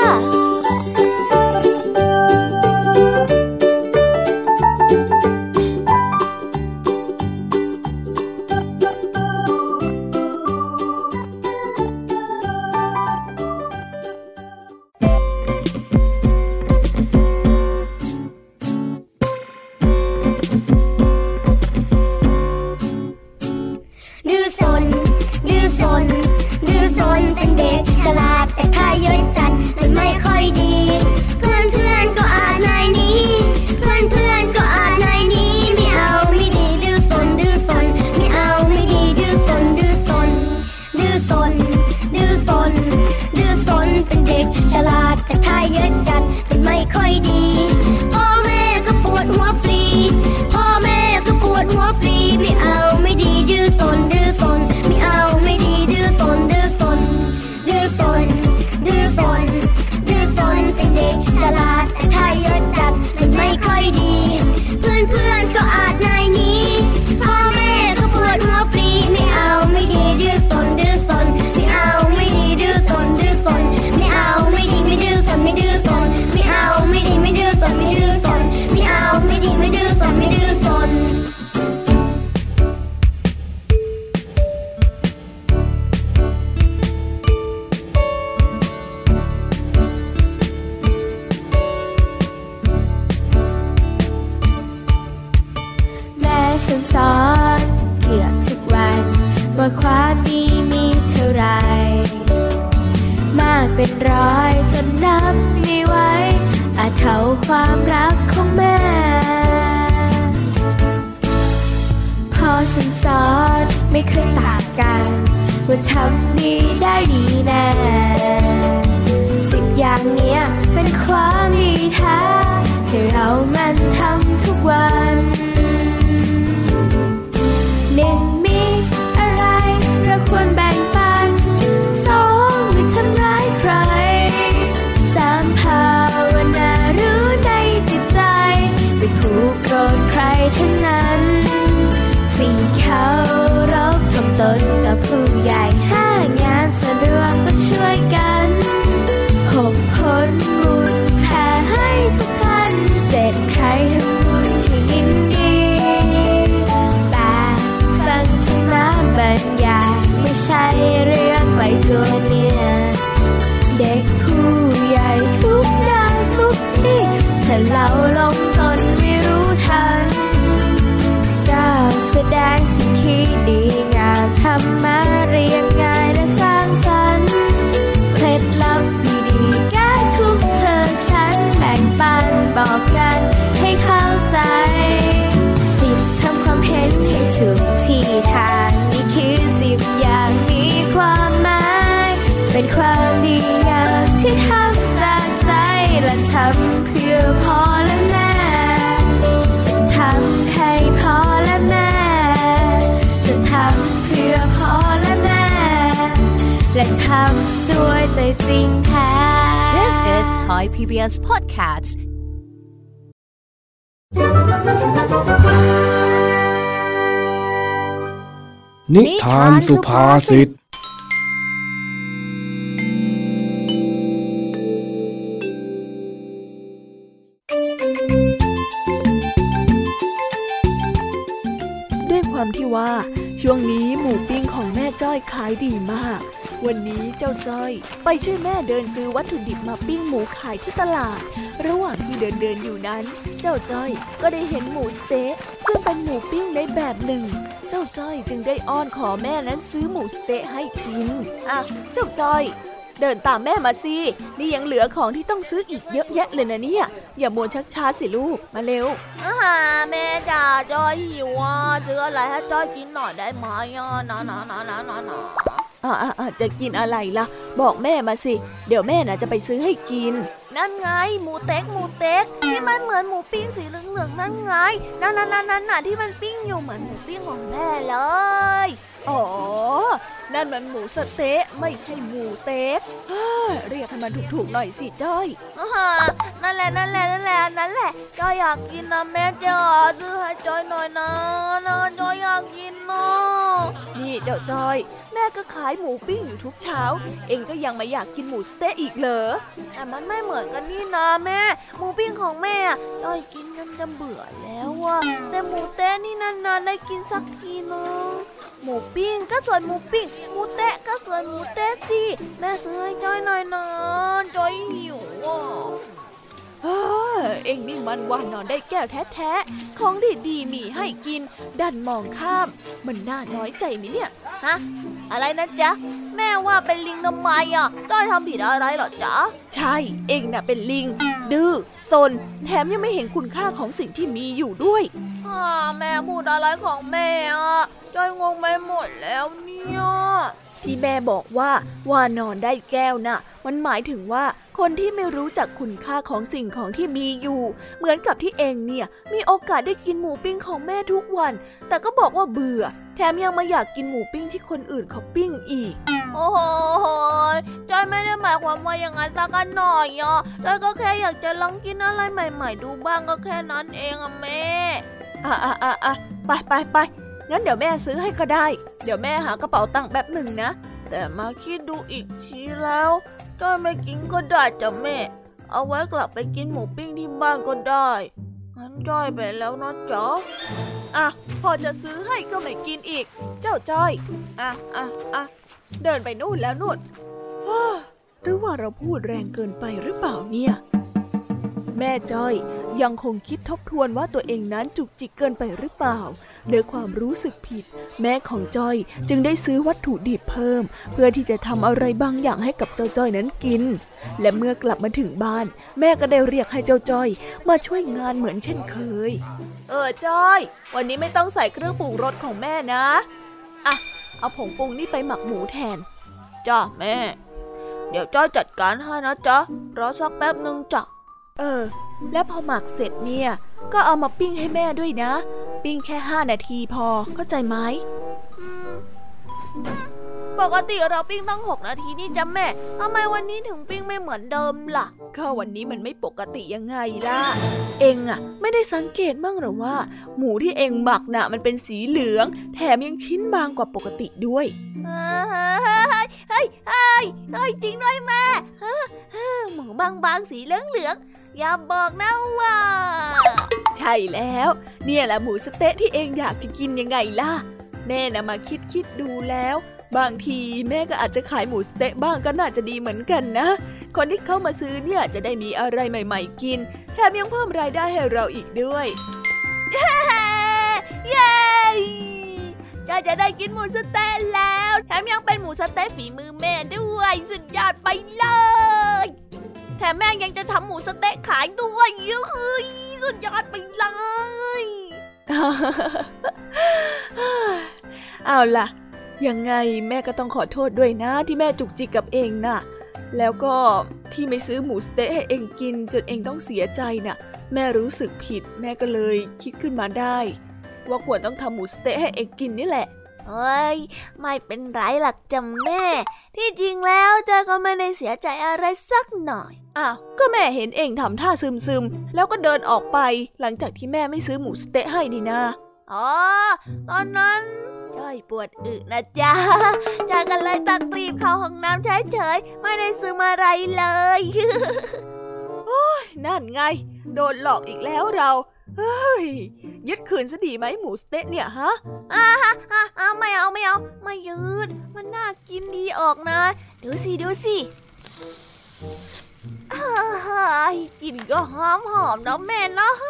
เป็นร้อยจนนับไม่ไหวอาจเท่าความรักของแม่พ่อฉันสอนไม่เคยต่างกันว่าทำดีได้ดีแน่10อย่างเนี้ยเป็นความดีแท้ให้เรามันทำทุกวัน1มีอะไรเราควรแบ่งปัน2ไม่ทำร้ายใคร3ภาวนารู้ในจิตใจไม่ผูกโกรธใครทั้งนั้น4เคารพถ่อมตนต่อผู้ใหญ่5งานสะดวกต้องช่วยกัน6ผลบุญแผ่ให้ทุกท่าน7ใครทำบุญให้ยินดี8ฟังธรรมะบรรยายไม่ใช่เรื่องไกลตัวเนี่ยเด็กผู้ใหญ่ทุกด้านทุกที่ถ้าเราลงตนไม่รู้ทันก้าวแสดงสิ่งที่ดีงามธรรมะเรียบง่ายและสร้างสรรค์เคล็ดลับดีๆแก้ทุกเธอฉันแบ่งปันบอกกันให้เข้าใจ10ทำความเห็นให้ถูกที่ทางนี่คือ10อย่างมีความหมายเป็นความดีงามที่ทำจากใจและทำเพื่อพ่อและแม่จะทำให้พ่อและแม่จะทำเพื่อพ่อและแม่และทำด้วยใจจริงแท้ This is Thai PBS Podcast นิทานสุภาษิตด้วยความที่ว่าช่วงนี้หมูปิ้งของแม่จ้อยขายดีมากวันนี้เจ้าจ้อยไปช่วยแม่เดินซื้อวัตถุดิบมาปิ้งหมูขายที่ตลาดระหว่างที่เดินอยู่นั้นเจ้าจ้อยก็ได้เห็นหมูสเต๊ะซึ่งเป็นหมูปิ้งในแบบหนึ่งเจ้าจ้อยจึงได้อ้อนขอแม่นั้นซื้อหมูสเต๊ะให้กินเจ้าจ้อยเดินตามแม่มาสินี่ยังเหลือของที่ต้องซื้ออีกเยอะแยะเลยนะเนี่ยอย่ามัวชักช้าสิลูกมาเร็วแม่จ๋าจ้อยหิวซื้ออะไรให้จ้อยกินหน่อยได้ไหมจะกินอะไรล่ะบอกแม่มาสิเดี๋ยวแม่น่ะจะไปซื้อให้กินนั่นไงหมูเต๊กที่มันเหมือนหมูปิ้งสีเหลืองๆนั่นไงนั่นที่มันปิ้งอยู่เหมือนหมูปิ้งของแม่เลยอ๋อนั่นมันหมูสเต๊ะไม่ใช่หมูเต๊กเรียกให้มันถูกๆหน่อยสิจ้อยนั่นแหละจ้อยอยากกินนะแม่จ๋าซื้อให้จ้อยหน่อยนะจ้อยอยากกินนี่เจ้าจ้อยแม่ก็ขายหมูปิ้งอยู่ทุกเช้าเองก็ยังไม่อยากกินหมูสเต๊ะอีกเหรอแต่มันไม่เหมือนกันนี่นะแม่หมูปิ้งของแม่จ้อยกินจนเบื่อแล้วแต่หมูเต๊ะนี่นานๆได้กินสักทีนึงหมูปิ้งก็ส่วนหมูปิ้งหมูเต๊ะก็ส่วนหมูเต๊ะสิแม่ซื้อให้จ้อยหน่อยนะจ้อยหิวเอ็งนี่มันว่านอนได้แก้วแท้ๆของดีๆมีให้กินดันมองข้ามมันน่าน้อยใจมั้ยเนี่ยอะไรนะจ๊ะแม่ว่าเป็นลิงทำไมจ้อยทำผิดอะไรหรอจ๊ะใช่เอ็งน่ะเป็นลิงดื้อซนแถมยังไม่เห็นคุณค่าของสิ่งที่มีอยู่ด้วยแม่พูดอะไรของแม่จ้อยงงไปหมดแล้วเนี่ยที่แม่บอกว่านอนได้แก้วน่ะมันหมายถึงว่าคนที่ไม่รู้จักคุณค่าของสิ่งของที่มีอยู่เหมือนกับที่เองเนี่ยมีโอกาสได้กินหมูปิ้งของแม่ทุกวันแต่ก็บอกว่าเบื่อแถมยังมาอยากกินหมูปิ้งที่คนอื่นเขาปิ้งอีกโอ้โหจ้อยไม่ได้หมายความว่าอย่างนั้นสักหน่อยจ้อยก็แค่อยากจะลองกินอะไรใหม่ๆดูบ้างก็แค่นั้นเองแม่ไปงั้นเดี๋ยวแม่ซื้อให้ก็ได้เดี๋ยวแม่หากระเป๋าตังค์แป๊บหนึ่งนะแต่มาคิดดูอีกทีแล้วจ้อยไม่กินก็ได้จ้ะแม่เอาไว้กลับไปกินหมูปิ้งที่บ้านก็ได้งั้นจ้อยไปแล้วนะจ๊ะพอจะซื้อให้ก็ไม่กินอีกเจ้าจ้อยเดินไปนู่นแล้วนู่นหรือว่าเราพูดแรงเกินไปหรือเปล่าเนี่ยแม่จ้อยยังคงคิดทบทวนว่าตัวเองนั้นจุกจิกเกินไปหรือเปล่าด้วยความรู้สึกผิดแม่ของจ้อยจึงได้ซื้อวัตถุดิบเพิ่มเพื่อที่จะทำอะไรบางอย่างให้กับเจ้าจ้อยนั้นกินและเมื่อกลับมาถึงบ้านแม่ก็ได้เรียกให้เจ้าจ้อยมาช่วยงานเหมือนเช่นเคยจ้อยวันนี้ไม่ต้องใส่เครื่องปรุงรสของแม่นะเอาผงปรุงนี่ไปหมักหมูแทนจ้าแม่เดี๋ยวจ้อยจัดการให้นะจ๊ะรอสักแป๊บนึงจ้ะแล้วพอหมักเสร็จเนี่ยก็เอามาปิ้งให้แม่ด้วยนะปิ้งแค่5 นาทีพอเข้าใจไหมปกติเราปิ้งตั้ง6 นาทีนี่จ้ะแม่ทำไมวันนี้ถึงปิ้งไม่เหมือนเดิมล่ะก็วันนี้มันไม่ปกติยังไงล่ะเอ็งอะไม่ได้สังเกตบ้างหรอว่าหมูที่เอ็งหมักน่ะมันเป็นสีเหลืองแถมยังชิ้นบางกว่าปกติด้วยเฮ้ยจริงด้วยแม่หมูบางๆสีเหลืองอย่าบอกนะว่าใช่แล้วเนี่ยแหละหมูสะเต๊ะที่เอ็งอยากจะกินยังไงล่ะแม่น่ะมาคิดดูแล้วบางทีแม่ก็อาจจะขายหมูสะเต๊ะบ้างก็น่าจะดีเหมือนกันนะคนที่เข้ามาซื้อเนี่ยจะได้มีอะไรใหม่ๆกินแถมยังเพิ่มรายได้ให้เราอีกด้วยเย้จะได้กินหมูสะเต๊ะแล้วแถมยังเป็นหมูสะเต๊ะฝีมือแม่ด้วยสุดยอดไปเลยแถมแม่ยังจะทำหมูสะเต๊ะขายด้วยเฮ้ยสุดยอดไปเลยเอาล่ะยังไงแม่ก็ต้องขอโทษด้วยนะที่แม่จุกจิกกับเองน่ะแล้วก็ที่ไม่ซื้อหมูสะเต๊ะให้เองกินจนเองต้องเสียใจน่ะแม่รู้สึกผิดแม่ก็เลยคิดขึ้นมาได้ว่าควรต้องทำหมูสะเต๊ะให้เองกินนี่แหละเฮ้ยไม่เป็นไรหรอกจ้ะแม่ที่จริงแล้วเจ้าก็ไม่ได้เสียใจอะไรสักหน่อยอ้าวก็แม่เห็นเองทำท่าซึมๆแล้วก็เดินออกไปหลังจากที่แม่ไม่ซื้อหมูสะเต๊ะให้นี่นะอ๋อตอนนั้นจ้อยปวดอึนะจ๊ะจ้าก็เลยตักรีบเข้าห้องน้ำเฉยๆไม่ได้ซื้อมาอะไรเลยโอ้ยนั่นไงโดนหลอกอีกแล้วเราเฮ้ยยึดคืนซะดีไหมหมูสเต๊ะเนี่ยฮะไม่เอาไม่ยืดมันน่ากินดีออกนะดูสิกลิ่นก็หอมนะแม่เนาะ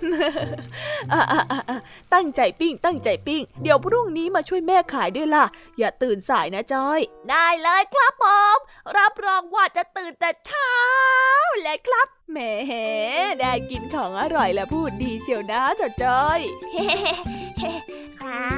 ตั้งใจปิ้งเดี๋ยวพรุ่งนี้มาช่วยแม่ขายด้วยล่ะอย่าตื่นสายนะจอยได้เลยครับผมรับรองว่าจะตื่นแต่เช้าเลยครับแหมได้กินของอร่อยและพูดดีเชียวนะเจ้าจอยครับ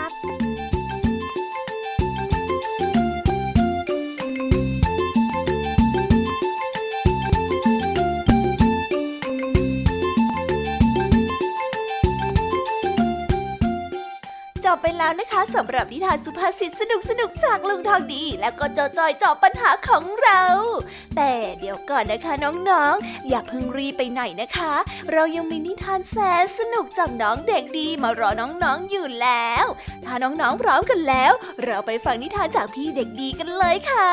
จบไปแล้วนะคะสำหรับนิทานสุภาษิตสนุกๆจากลุงทองดีแล้วก็เจ้าจ้อยเจาะปัญหาของเราแต่เดี๋ยวก่อนนะคะน้องๆอย่าเพิ่งรีบไปไหนนะคะเรายังมีนิทานแสนสนุกจากน้องเด็กดีมารอน้องๆอยู่แล้วถ้าน้องๆพร้อมกันแล้วเราไปฟังนิทานจากพี่เด็กดีกันเลยค่ะ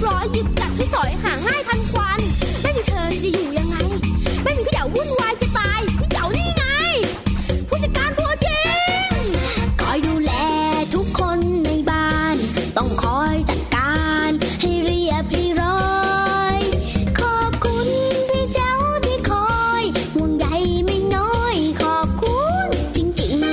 บร้อยหยิบจับให้สอยหาง่ายทันควันไม่มีเธอจะอยู่ยังไงไม่มีก็อย่าวุ่นวายจะตายพี่เจ้านี่ไงผู้จัดการตัวจริงคอยดูแลทุกคนในบ้านต้องคอยจัดการให้เรียบให้ร้อยขอบคุณพี่เจ้าที่คอยห่วงใยไม่น้อยขอบคุณจริงๆ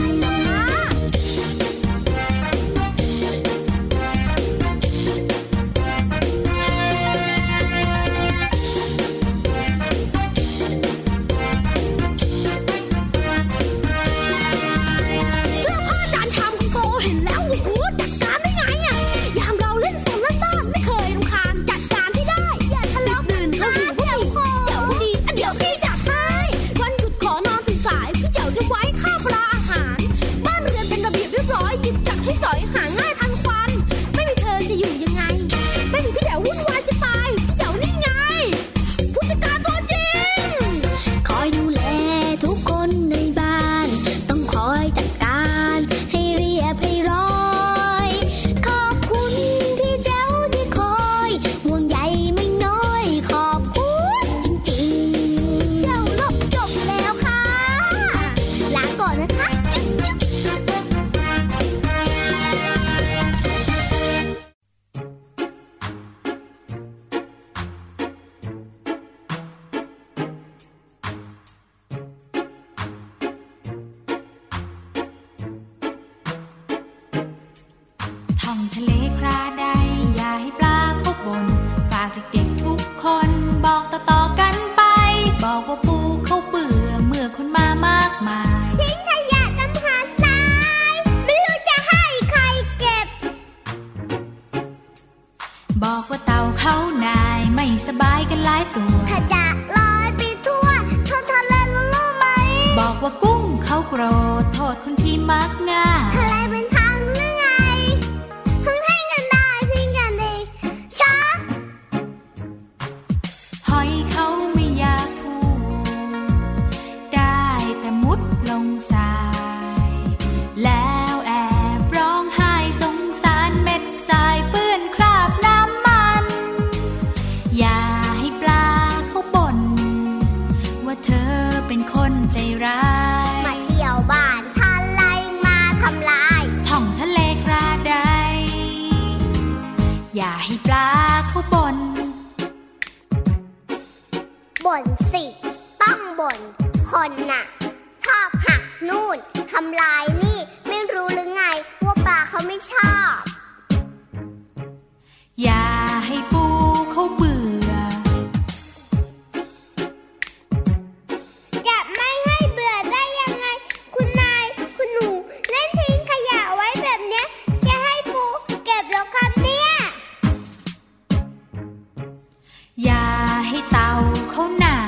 ให้สอยหาง่ายทันควันไม่มีเธอจะอยู่ยังไงไม่มีก็อย่าวุ่นวายจะตายพี่เจ้านี่ไงผู้จัดการตัวจริงคอยดูแลทุกคนในบ้านต้องคอยจัดการให้เรียบให้ร้อยขอบคุณพี่เจ้าที่คอยห่วงใยไม่น้อยขอบคุณจริงๆเจ้าลบจบแล้วค่ะลาก่อนนะคะท่องทะเลคราใดอย่าให้ปลาเขาบ่นฝากเด็กๆทุกคนบอกต่อๆกันไปบอกว่าปูเขาเบื่อเมื่อคนมามากมายทิ้งขยะน้ำหาดทรายไม่รู้จะให้ใครเก็บบอกว่าเต่าเขานายไม่สบายกันหลายตัวขยะลอยไปทั่วท้องทะเลรู้ไหมบอกว่ากุ้งเขาโกรธโทษคนที่มักง่ายทะเลเป็นทางหรือไงทั้งทิ้งกันได้ทิ้งกันดีช้าหอยเขาไม่อยากพูดได้แต่มุดลงทรายแล้วแอบร้องไห้สงสารเม็ดทรายเปื้อนคราบน้ำมันอย่าให้ปลาเขาบ่นว่าเธอเป็นคนใจร้ายมาเที่ยวบ้านฉันไล่มาทำลายท่องทะเลคราใดอย่าให้ปลาเขาบ่นบ่นสิต้องบ่นคนน่ะชอบหักนู่นทำลายนี่ไม่รู้หรือไงว่าปลาเขาไม่ชอบอย่าให้ปูเขาเบื่อจะไม่ให้เบื่อได้ยังไงคุณนายคุณหนูเล่นทิ้งขยะไว้แบบเนี้ยจะให้ปูเก็บหรอครับเนี่ยอย่าให้เต่าเขาหน่าย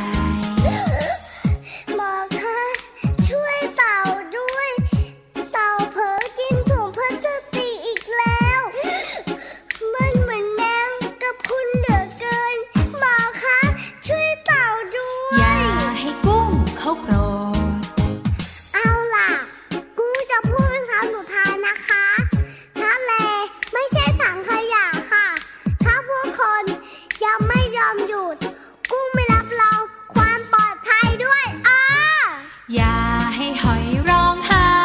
บอกค่ะช่วยเต่าด้วยเต่าเผลอกินถุงพลาสติกอีกแล้วมันเหมือนแมงกะพรุนเหลือเกินบอกค่ะช่วยเต่าด้วยอย่าให้กุ้งเขาโกรธเอาล่ะกูจะพูดเป็นคำสุดท้ายนะคะทะเลไม่ใช่ถังขยะค่ะถ้าพวกคนยังไม่ยอมหยุดกุ้งไม่รับรองความปลอดภัยด้วยอย่าให้หอยร้องไห้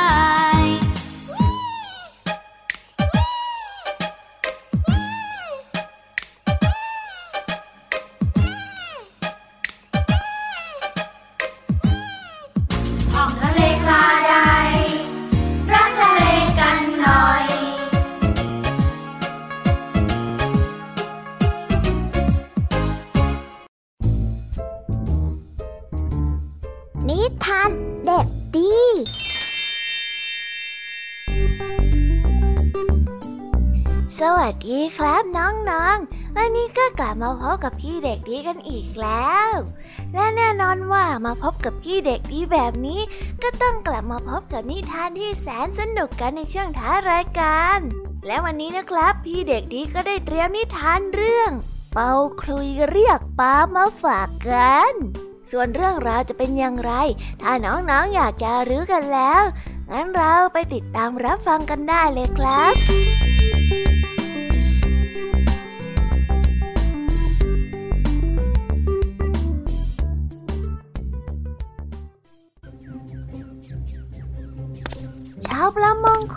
ท่องทะเลคลาใดรักทะเลกันหน่อยนิทานเด็กดี สวัสดีครับน้องๆวันนี้ก็กลับมาพบกับพี่เด็กดีกันอีกแล้วและแน่นอนว่ามาพบกับพี่เด็กดีแบบนี้ก็ต้องกลับมาพบกับนิทานที่แสนสนุกกันในช่วงท้ายรายการและวันนี้นะครับพี่เด็กดีก็ได้เตรียมนิทานเรื่องเป่าขลุ่ยเรียกปลามาฝากกันส่วนเรื่องราวจะเป็นอย่างไรถ้าน้องๆอยากจะรู้กันแล้วงั้นเราไปติดตามรับฟังกันได้เลยครับ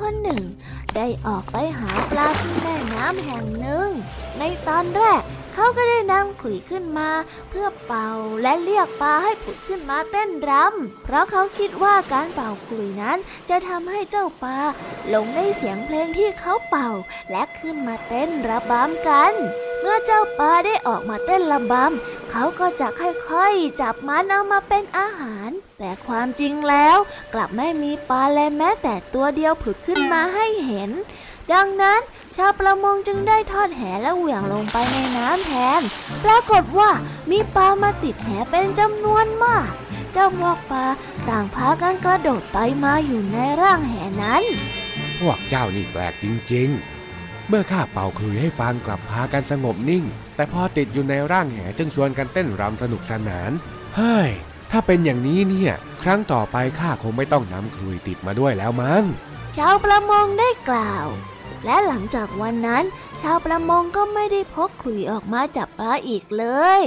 คนหนึ่งได้ออกไปหาปลาที่แม่น้ำแห่งหนึ่งในตอนแรกเขาก็ได้นำขลุ่ยขึ้นมาเพื่อเป่าและเรียกปลาให้ผุดขึ้นมาเต้นรำเพราะเขาคิดว่าการเป่าขลุ่ยนั้นจะทำให้เจ้าปลาหลงในเสียงเพลงที่เขาเป่าและขึ้นมาเต้นระบำกันเมื่อเจ้าปลาได้ออกมาเต้นระบำเขาก็จะค่อยๆจับมันเอามาเป็นอาหารแต่ความจริงแล้วกลับไม่มีปลาเลยแม้แต่ตัวเดียวผุดขึ้นมาให้เห็นดังนั้นชาวประมงจึงได้ทอดแหและเหวี่ยงลงไปในน้ำแทนปรากฏว่ามีปลามาติดแหเป็นจำนวนมากเจ้าพวกปลาต่างพากันกระโดดไปมาอยู่ในร่างแหนั้นพวกเจ้านี่แปลกจริงๆเมื่อข้าเป่าขลุ่ยให้ฟังกลับพากันสงบนิ่งแต่พอติดอยู่ในร่างแหจึงชวนกันเต้นรำสนุกสนานเฮ้ยถ้าเป็นอย่างนี้เนี่ยครั้งต่อไปข้าคงไม่ต้องนำขลุ่ยติดมาด้วยแล้วมั้งชาวประมงได้กล่าวและหลังจากวันนั้นชาวประมงก็ไม่ได้พกขลุ่ยออกมาจับปลาอีกเลย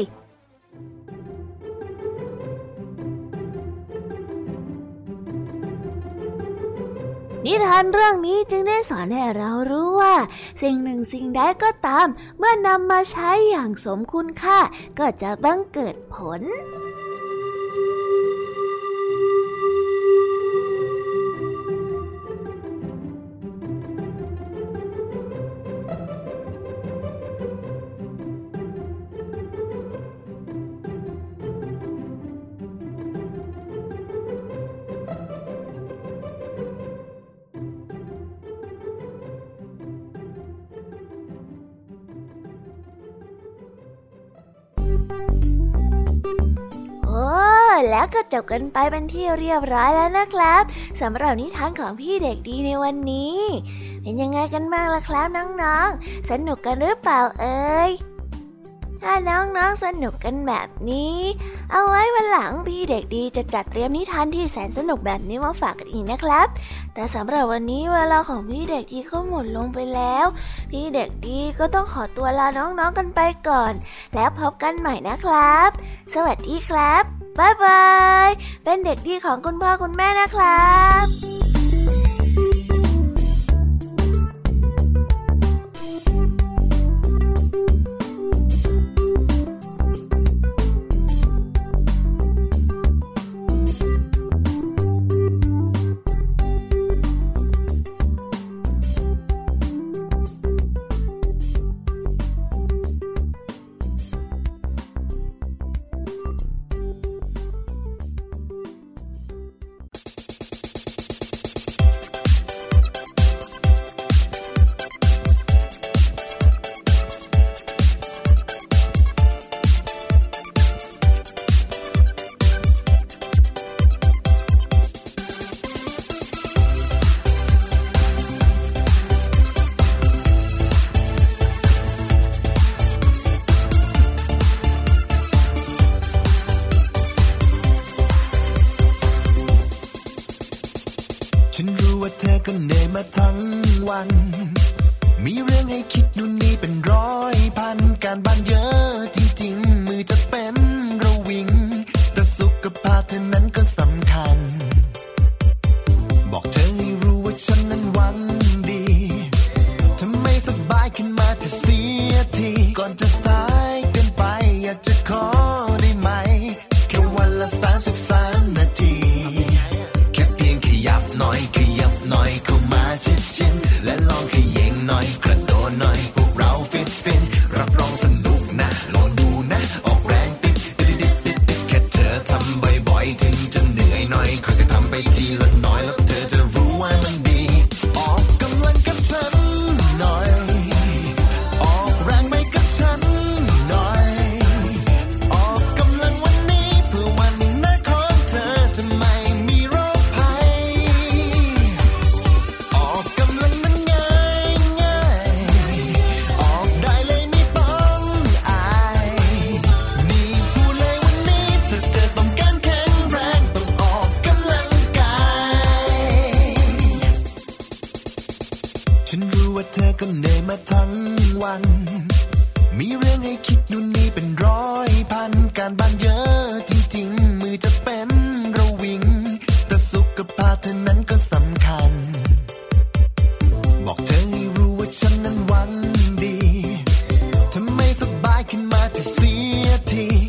นิทานเรื่องนี้จึงได้สอนให้เรารู้ว่าสิ่งหนึ่งสิ่งใดก็ตามเมื่อนำมาใช้อย่างสมคุณค่าก็จะบังเกิดผลแล้วก็จบกันไปเป็นที่เรียบร้อยแล้วนะครับสำหรับนิทานของพี่เด็กดีในวันนี้เป็นยังไงกันบ้างล่ะครับน้องๆสนุกกันหรือเปล่าเอ่ยถ้าน้องๆสนุกกันแบบนี้เอาไว้วันหลังพี่เด็กดีจะจัดเตรียมนิทานที่แสนสนุกแบบนี้มาฝากกันอีกนะครับแต่สำหรับวันนี้เวลาของพี่เด็กดีก็หมดลงไปแล้วพี่เด็กดีก็ต้องขอตัวลาน้องๆกันไปก่อนแล้วพบกันใหม่นะครับสวัสดีครับบ๊ายบายเป็นเด็กดีของคุณพ่อคุณแม่นะครับมีเรื่องให้คิดนู่นนี่เป็นร้อยพันการบ้านเยอะจริงๆมือจะเป็นระวิงแต่สุขภาพเธอนั้นก็สำคัญบอกเธอให้รู้ว่าฉันนั้นหวังดีถ้าไม่สบายขึ้นมาเธอเสียทีก่อนจะสายเกินไปอยากจะขอได้ไหมแค่วันละ33 นาทีแค่เพียงขยับหน่อยเข้ามาชิดๆและลองขยิงหน่อยกระโดดหน่อยพวกเราฟินรับรองสนุกนะลองดูนะออกแรงติดแค่เธอทำบ่อยๆถึงจะเหนื่อยหน่อยค่อยๆทำไปทีละน้อยแล้วเธอจะรู้ว่ามันดีออกกำลังกับฉันหน่อยออกแรงไปกับฉันหน่อยอ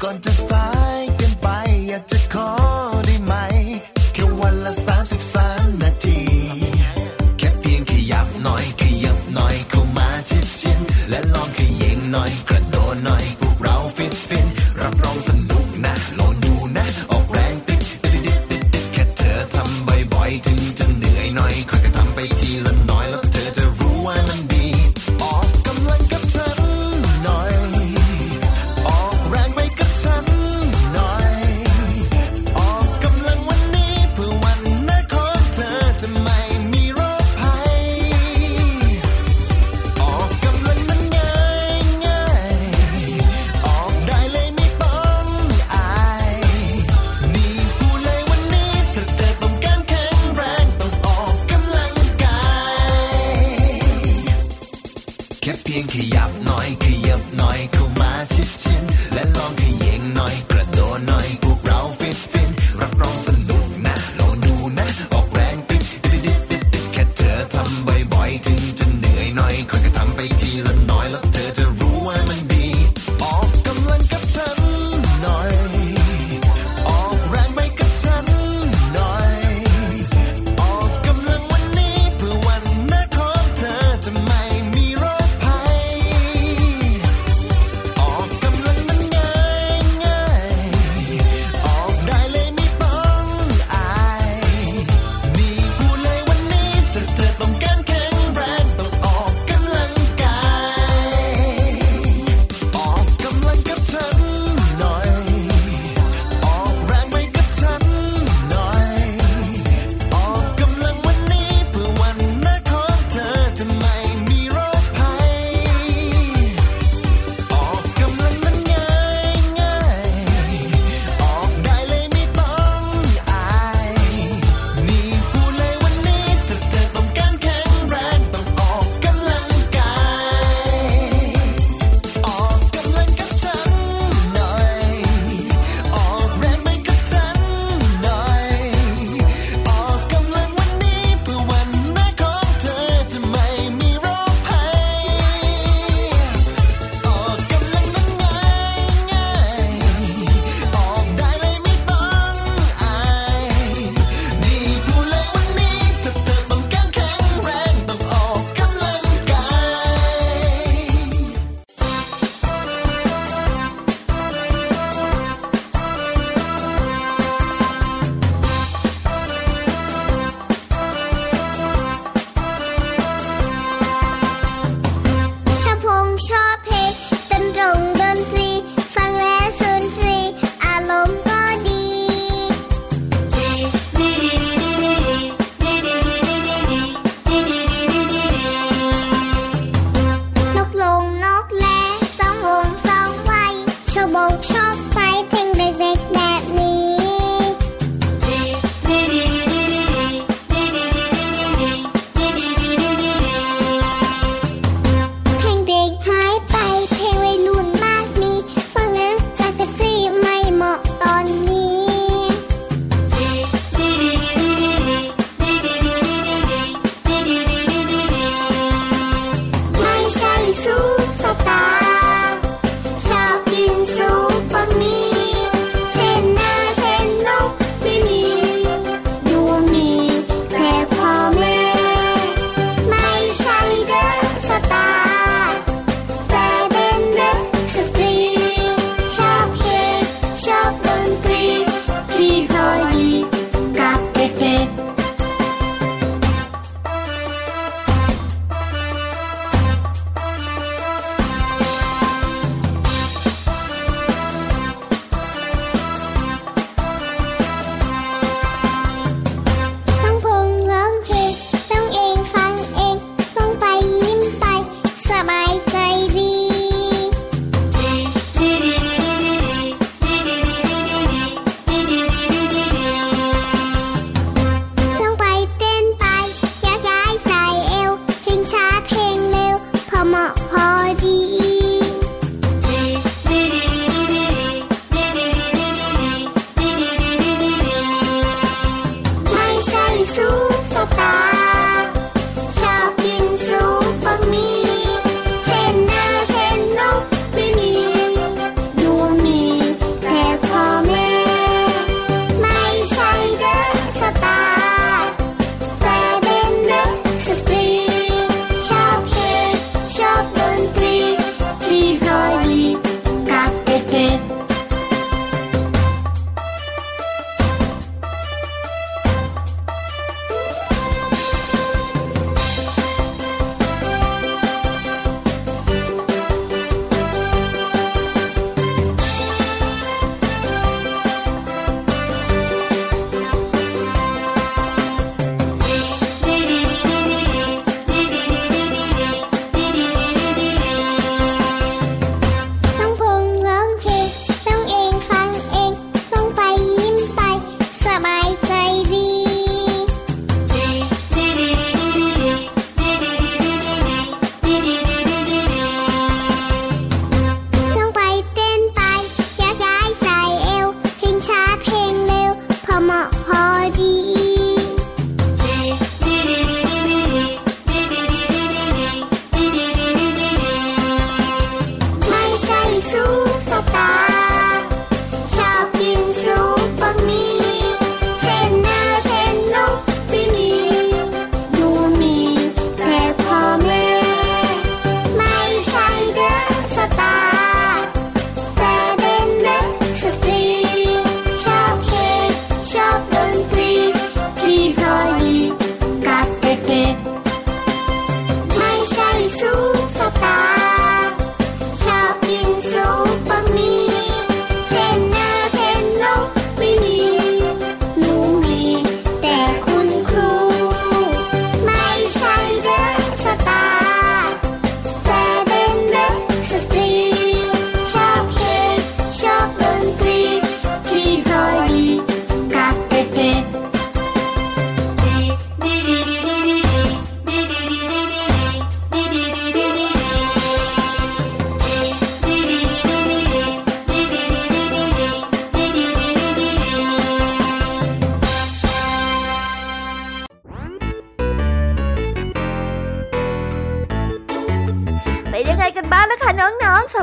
ก่อนจะสายเกินไปอยากจะขอได้ไหมแค่วันละ33 นาทีแค่เพียงขยับหน่อยขยับหน่อยเข้ามาชิดๆและลองขยิงหน่อยกระโดดหน่อยพวกเราฟินรับรองสนุกนะลองดูนะออกแรงติ๊ดแค่เธอทำบ่อยๆถึงจะเหนื่อยหน่อยค่อยก็ทำไปทีละน้อยแล้วเธอจะรู้ว่ามันดีออกกำลังกับฉันหน่อยออกแรงไปกับฉันหน่อยออกกำลังวันนี้เพื่อวันหน้าของเธอจะไม่มีโรคภัยออกกำลังนั้นง่าย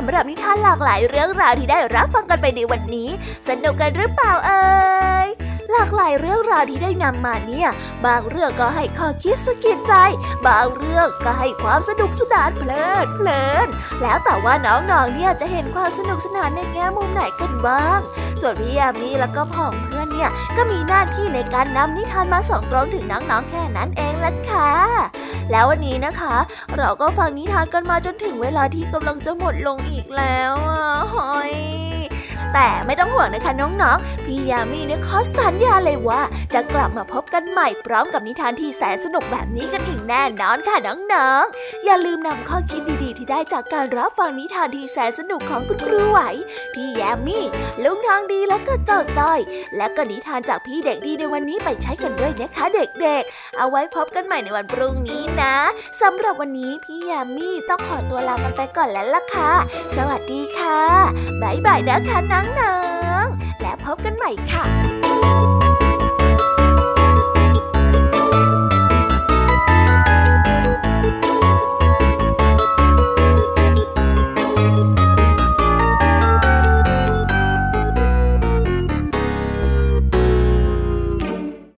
ำหรับนิทานหลากหลายเรื่องราวที่ได้รับฟังกันไปในวันนี้สนุกกันหรือเปล่าเอ่ยหลากหลายเรื่องราวที่ได้นำมาเนี่ยบางเรื่องก็ให้ข้อคิดสะกิดใจบางเรื่องก็ให้ความสนุกสนานเพลินแล้วแต่ว่าน้องๆเนี่ยจะเห็นความสนุกสนานในแง่มุมไหนกันบ้างส่วนพี่ยามีแล้วก็พ่องเพื่อนเนี่ยก็มีหน้าที่ในการนำนิทานมาส่งตรงถึงน้องๆแค่นั้นเองล่ะค่ะแล้ววันนี้นะคะเราก็ฟังนิทานกันมาจนถึงเวลาที่กำลังจะหมดลงอีกแล้วหอยแต่ไม่ต้องห่วงนะคะน้องๆพี่ยามีเนี่ยขอสัญญาเลยว่าจะกลับมาพบกันใหม่พร้อมกับนิทานที่แสนสนุกแบบนี้กันอีกแน่นอนค่ะน้องๆอย่าลืมนำข้อคิดดีๆที่ได้จากการรับฟังนิทานที่แสนสนุกของคุณครูไหวพี่ยามีลุงทองดีและก็เจ้าจ้อยและก็นิทานจากพี่เด็กดีในวันนี้ไปใช้กันด้วยนะคะเด็กๆเอาไว้พบกันใหม่ในวันพรุ่งนี้นะสำหรับวันนี้พี่ยามีต้องขอตัวลากันไปก่อนแล้วล่ะค่ะสวัสดีค่ะบ๊ายบายนะคะน้องๆและพบกันใหม่ค่ะ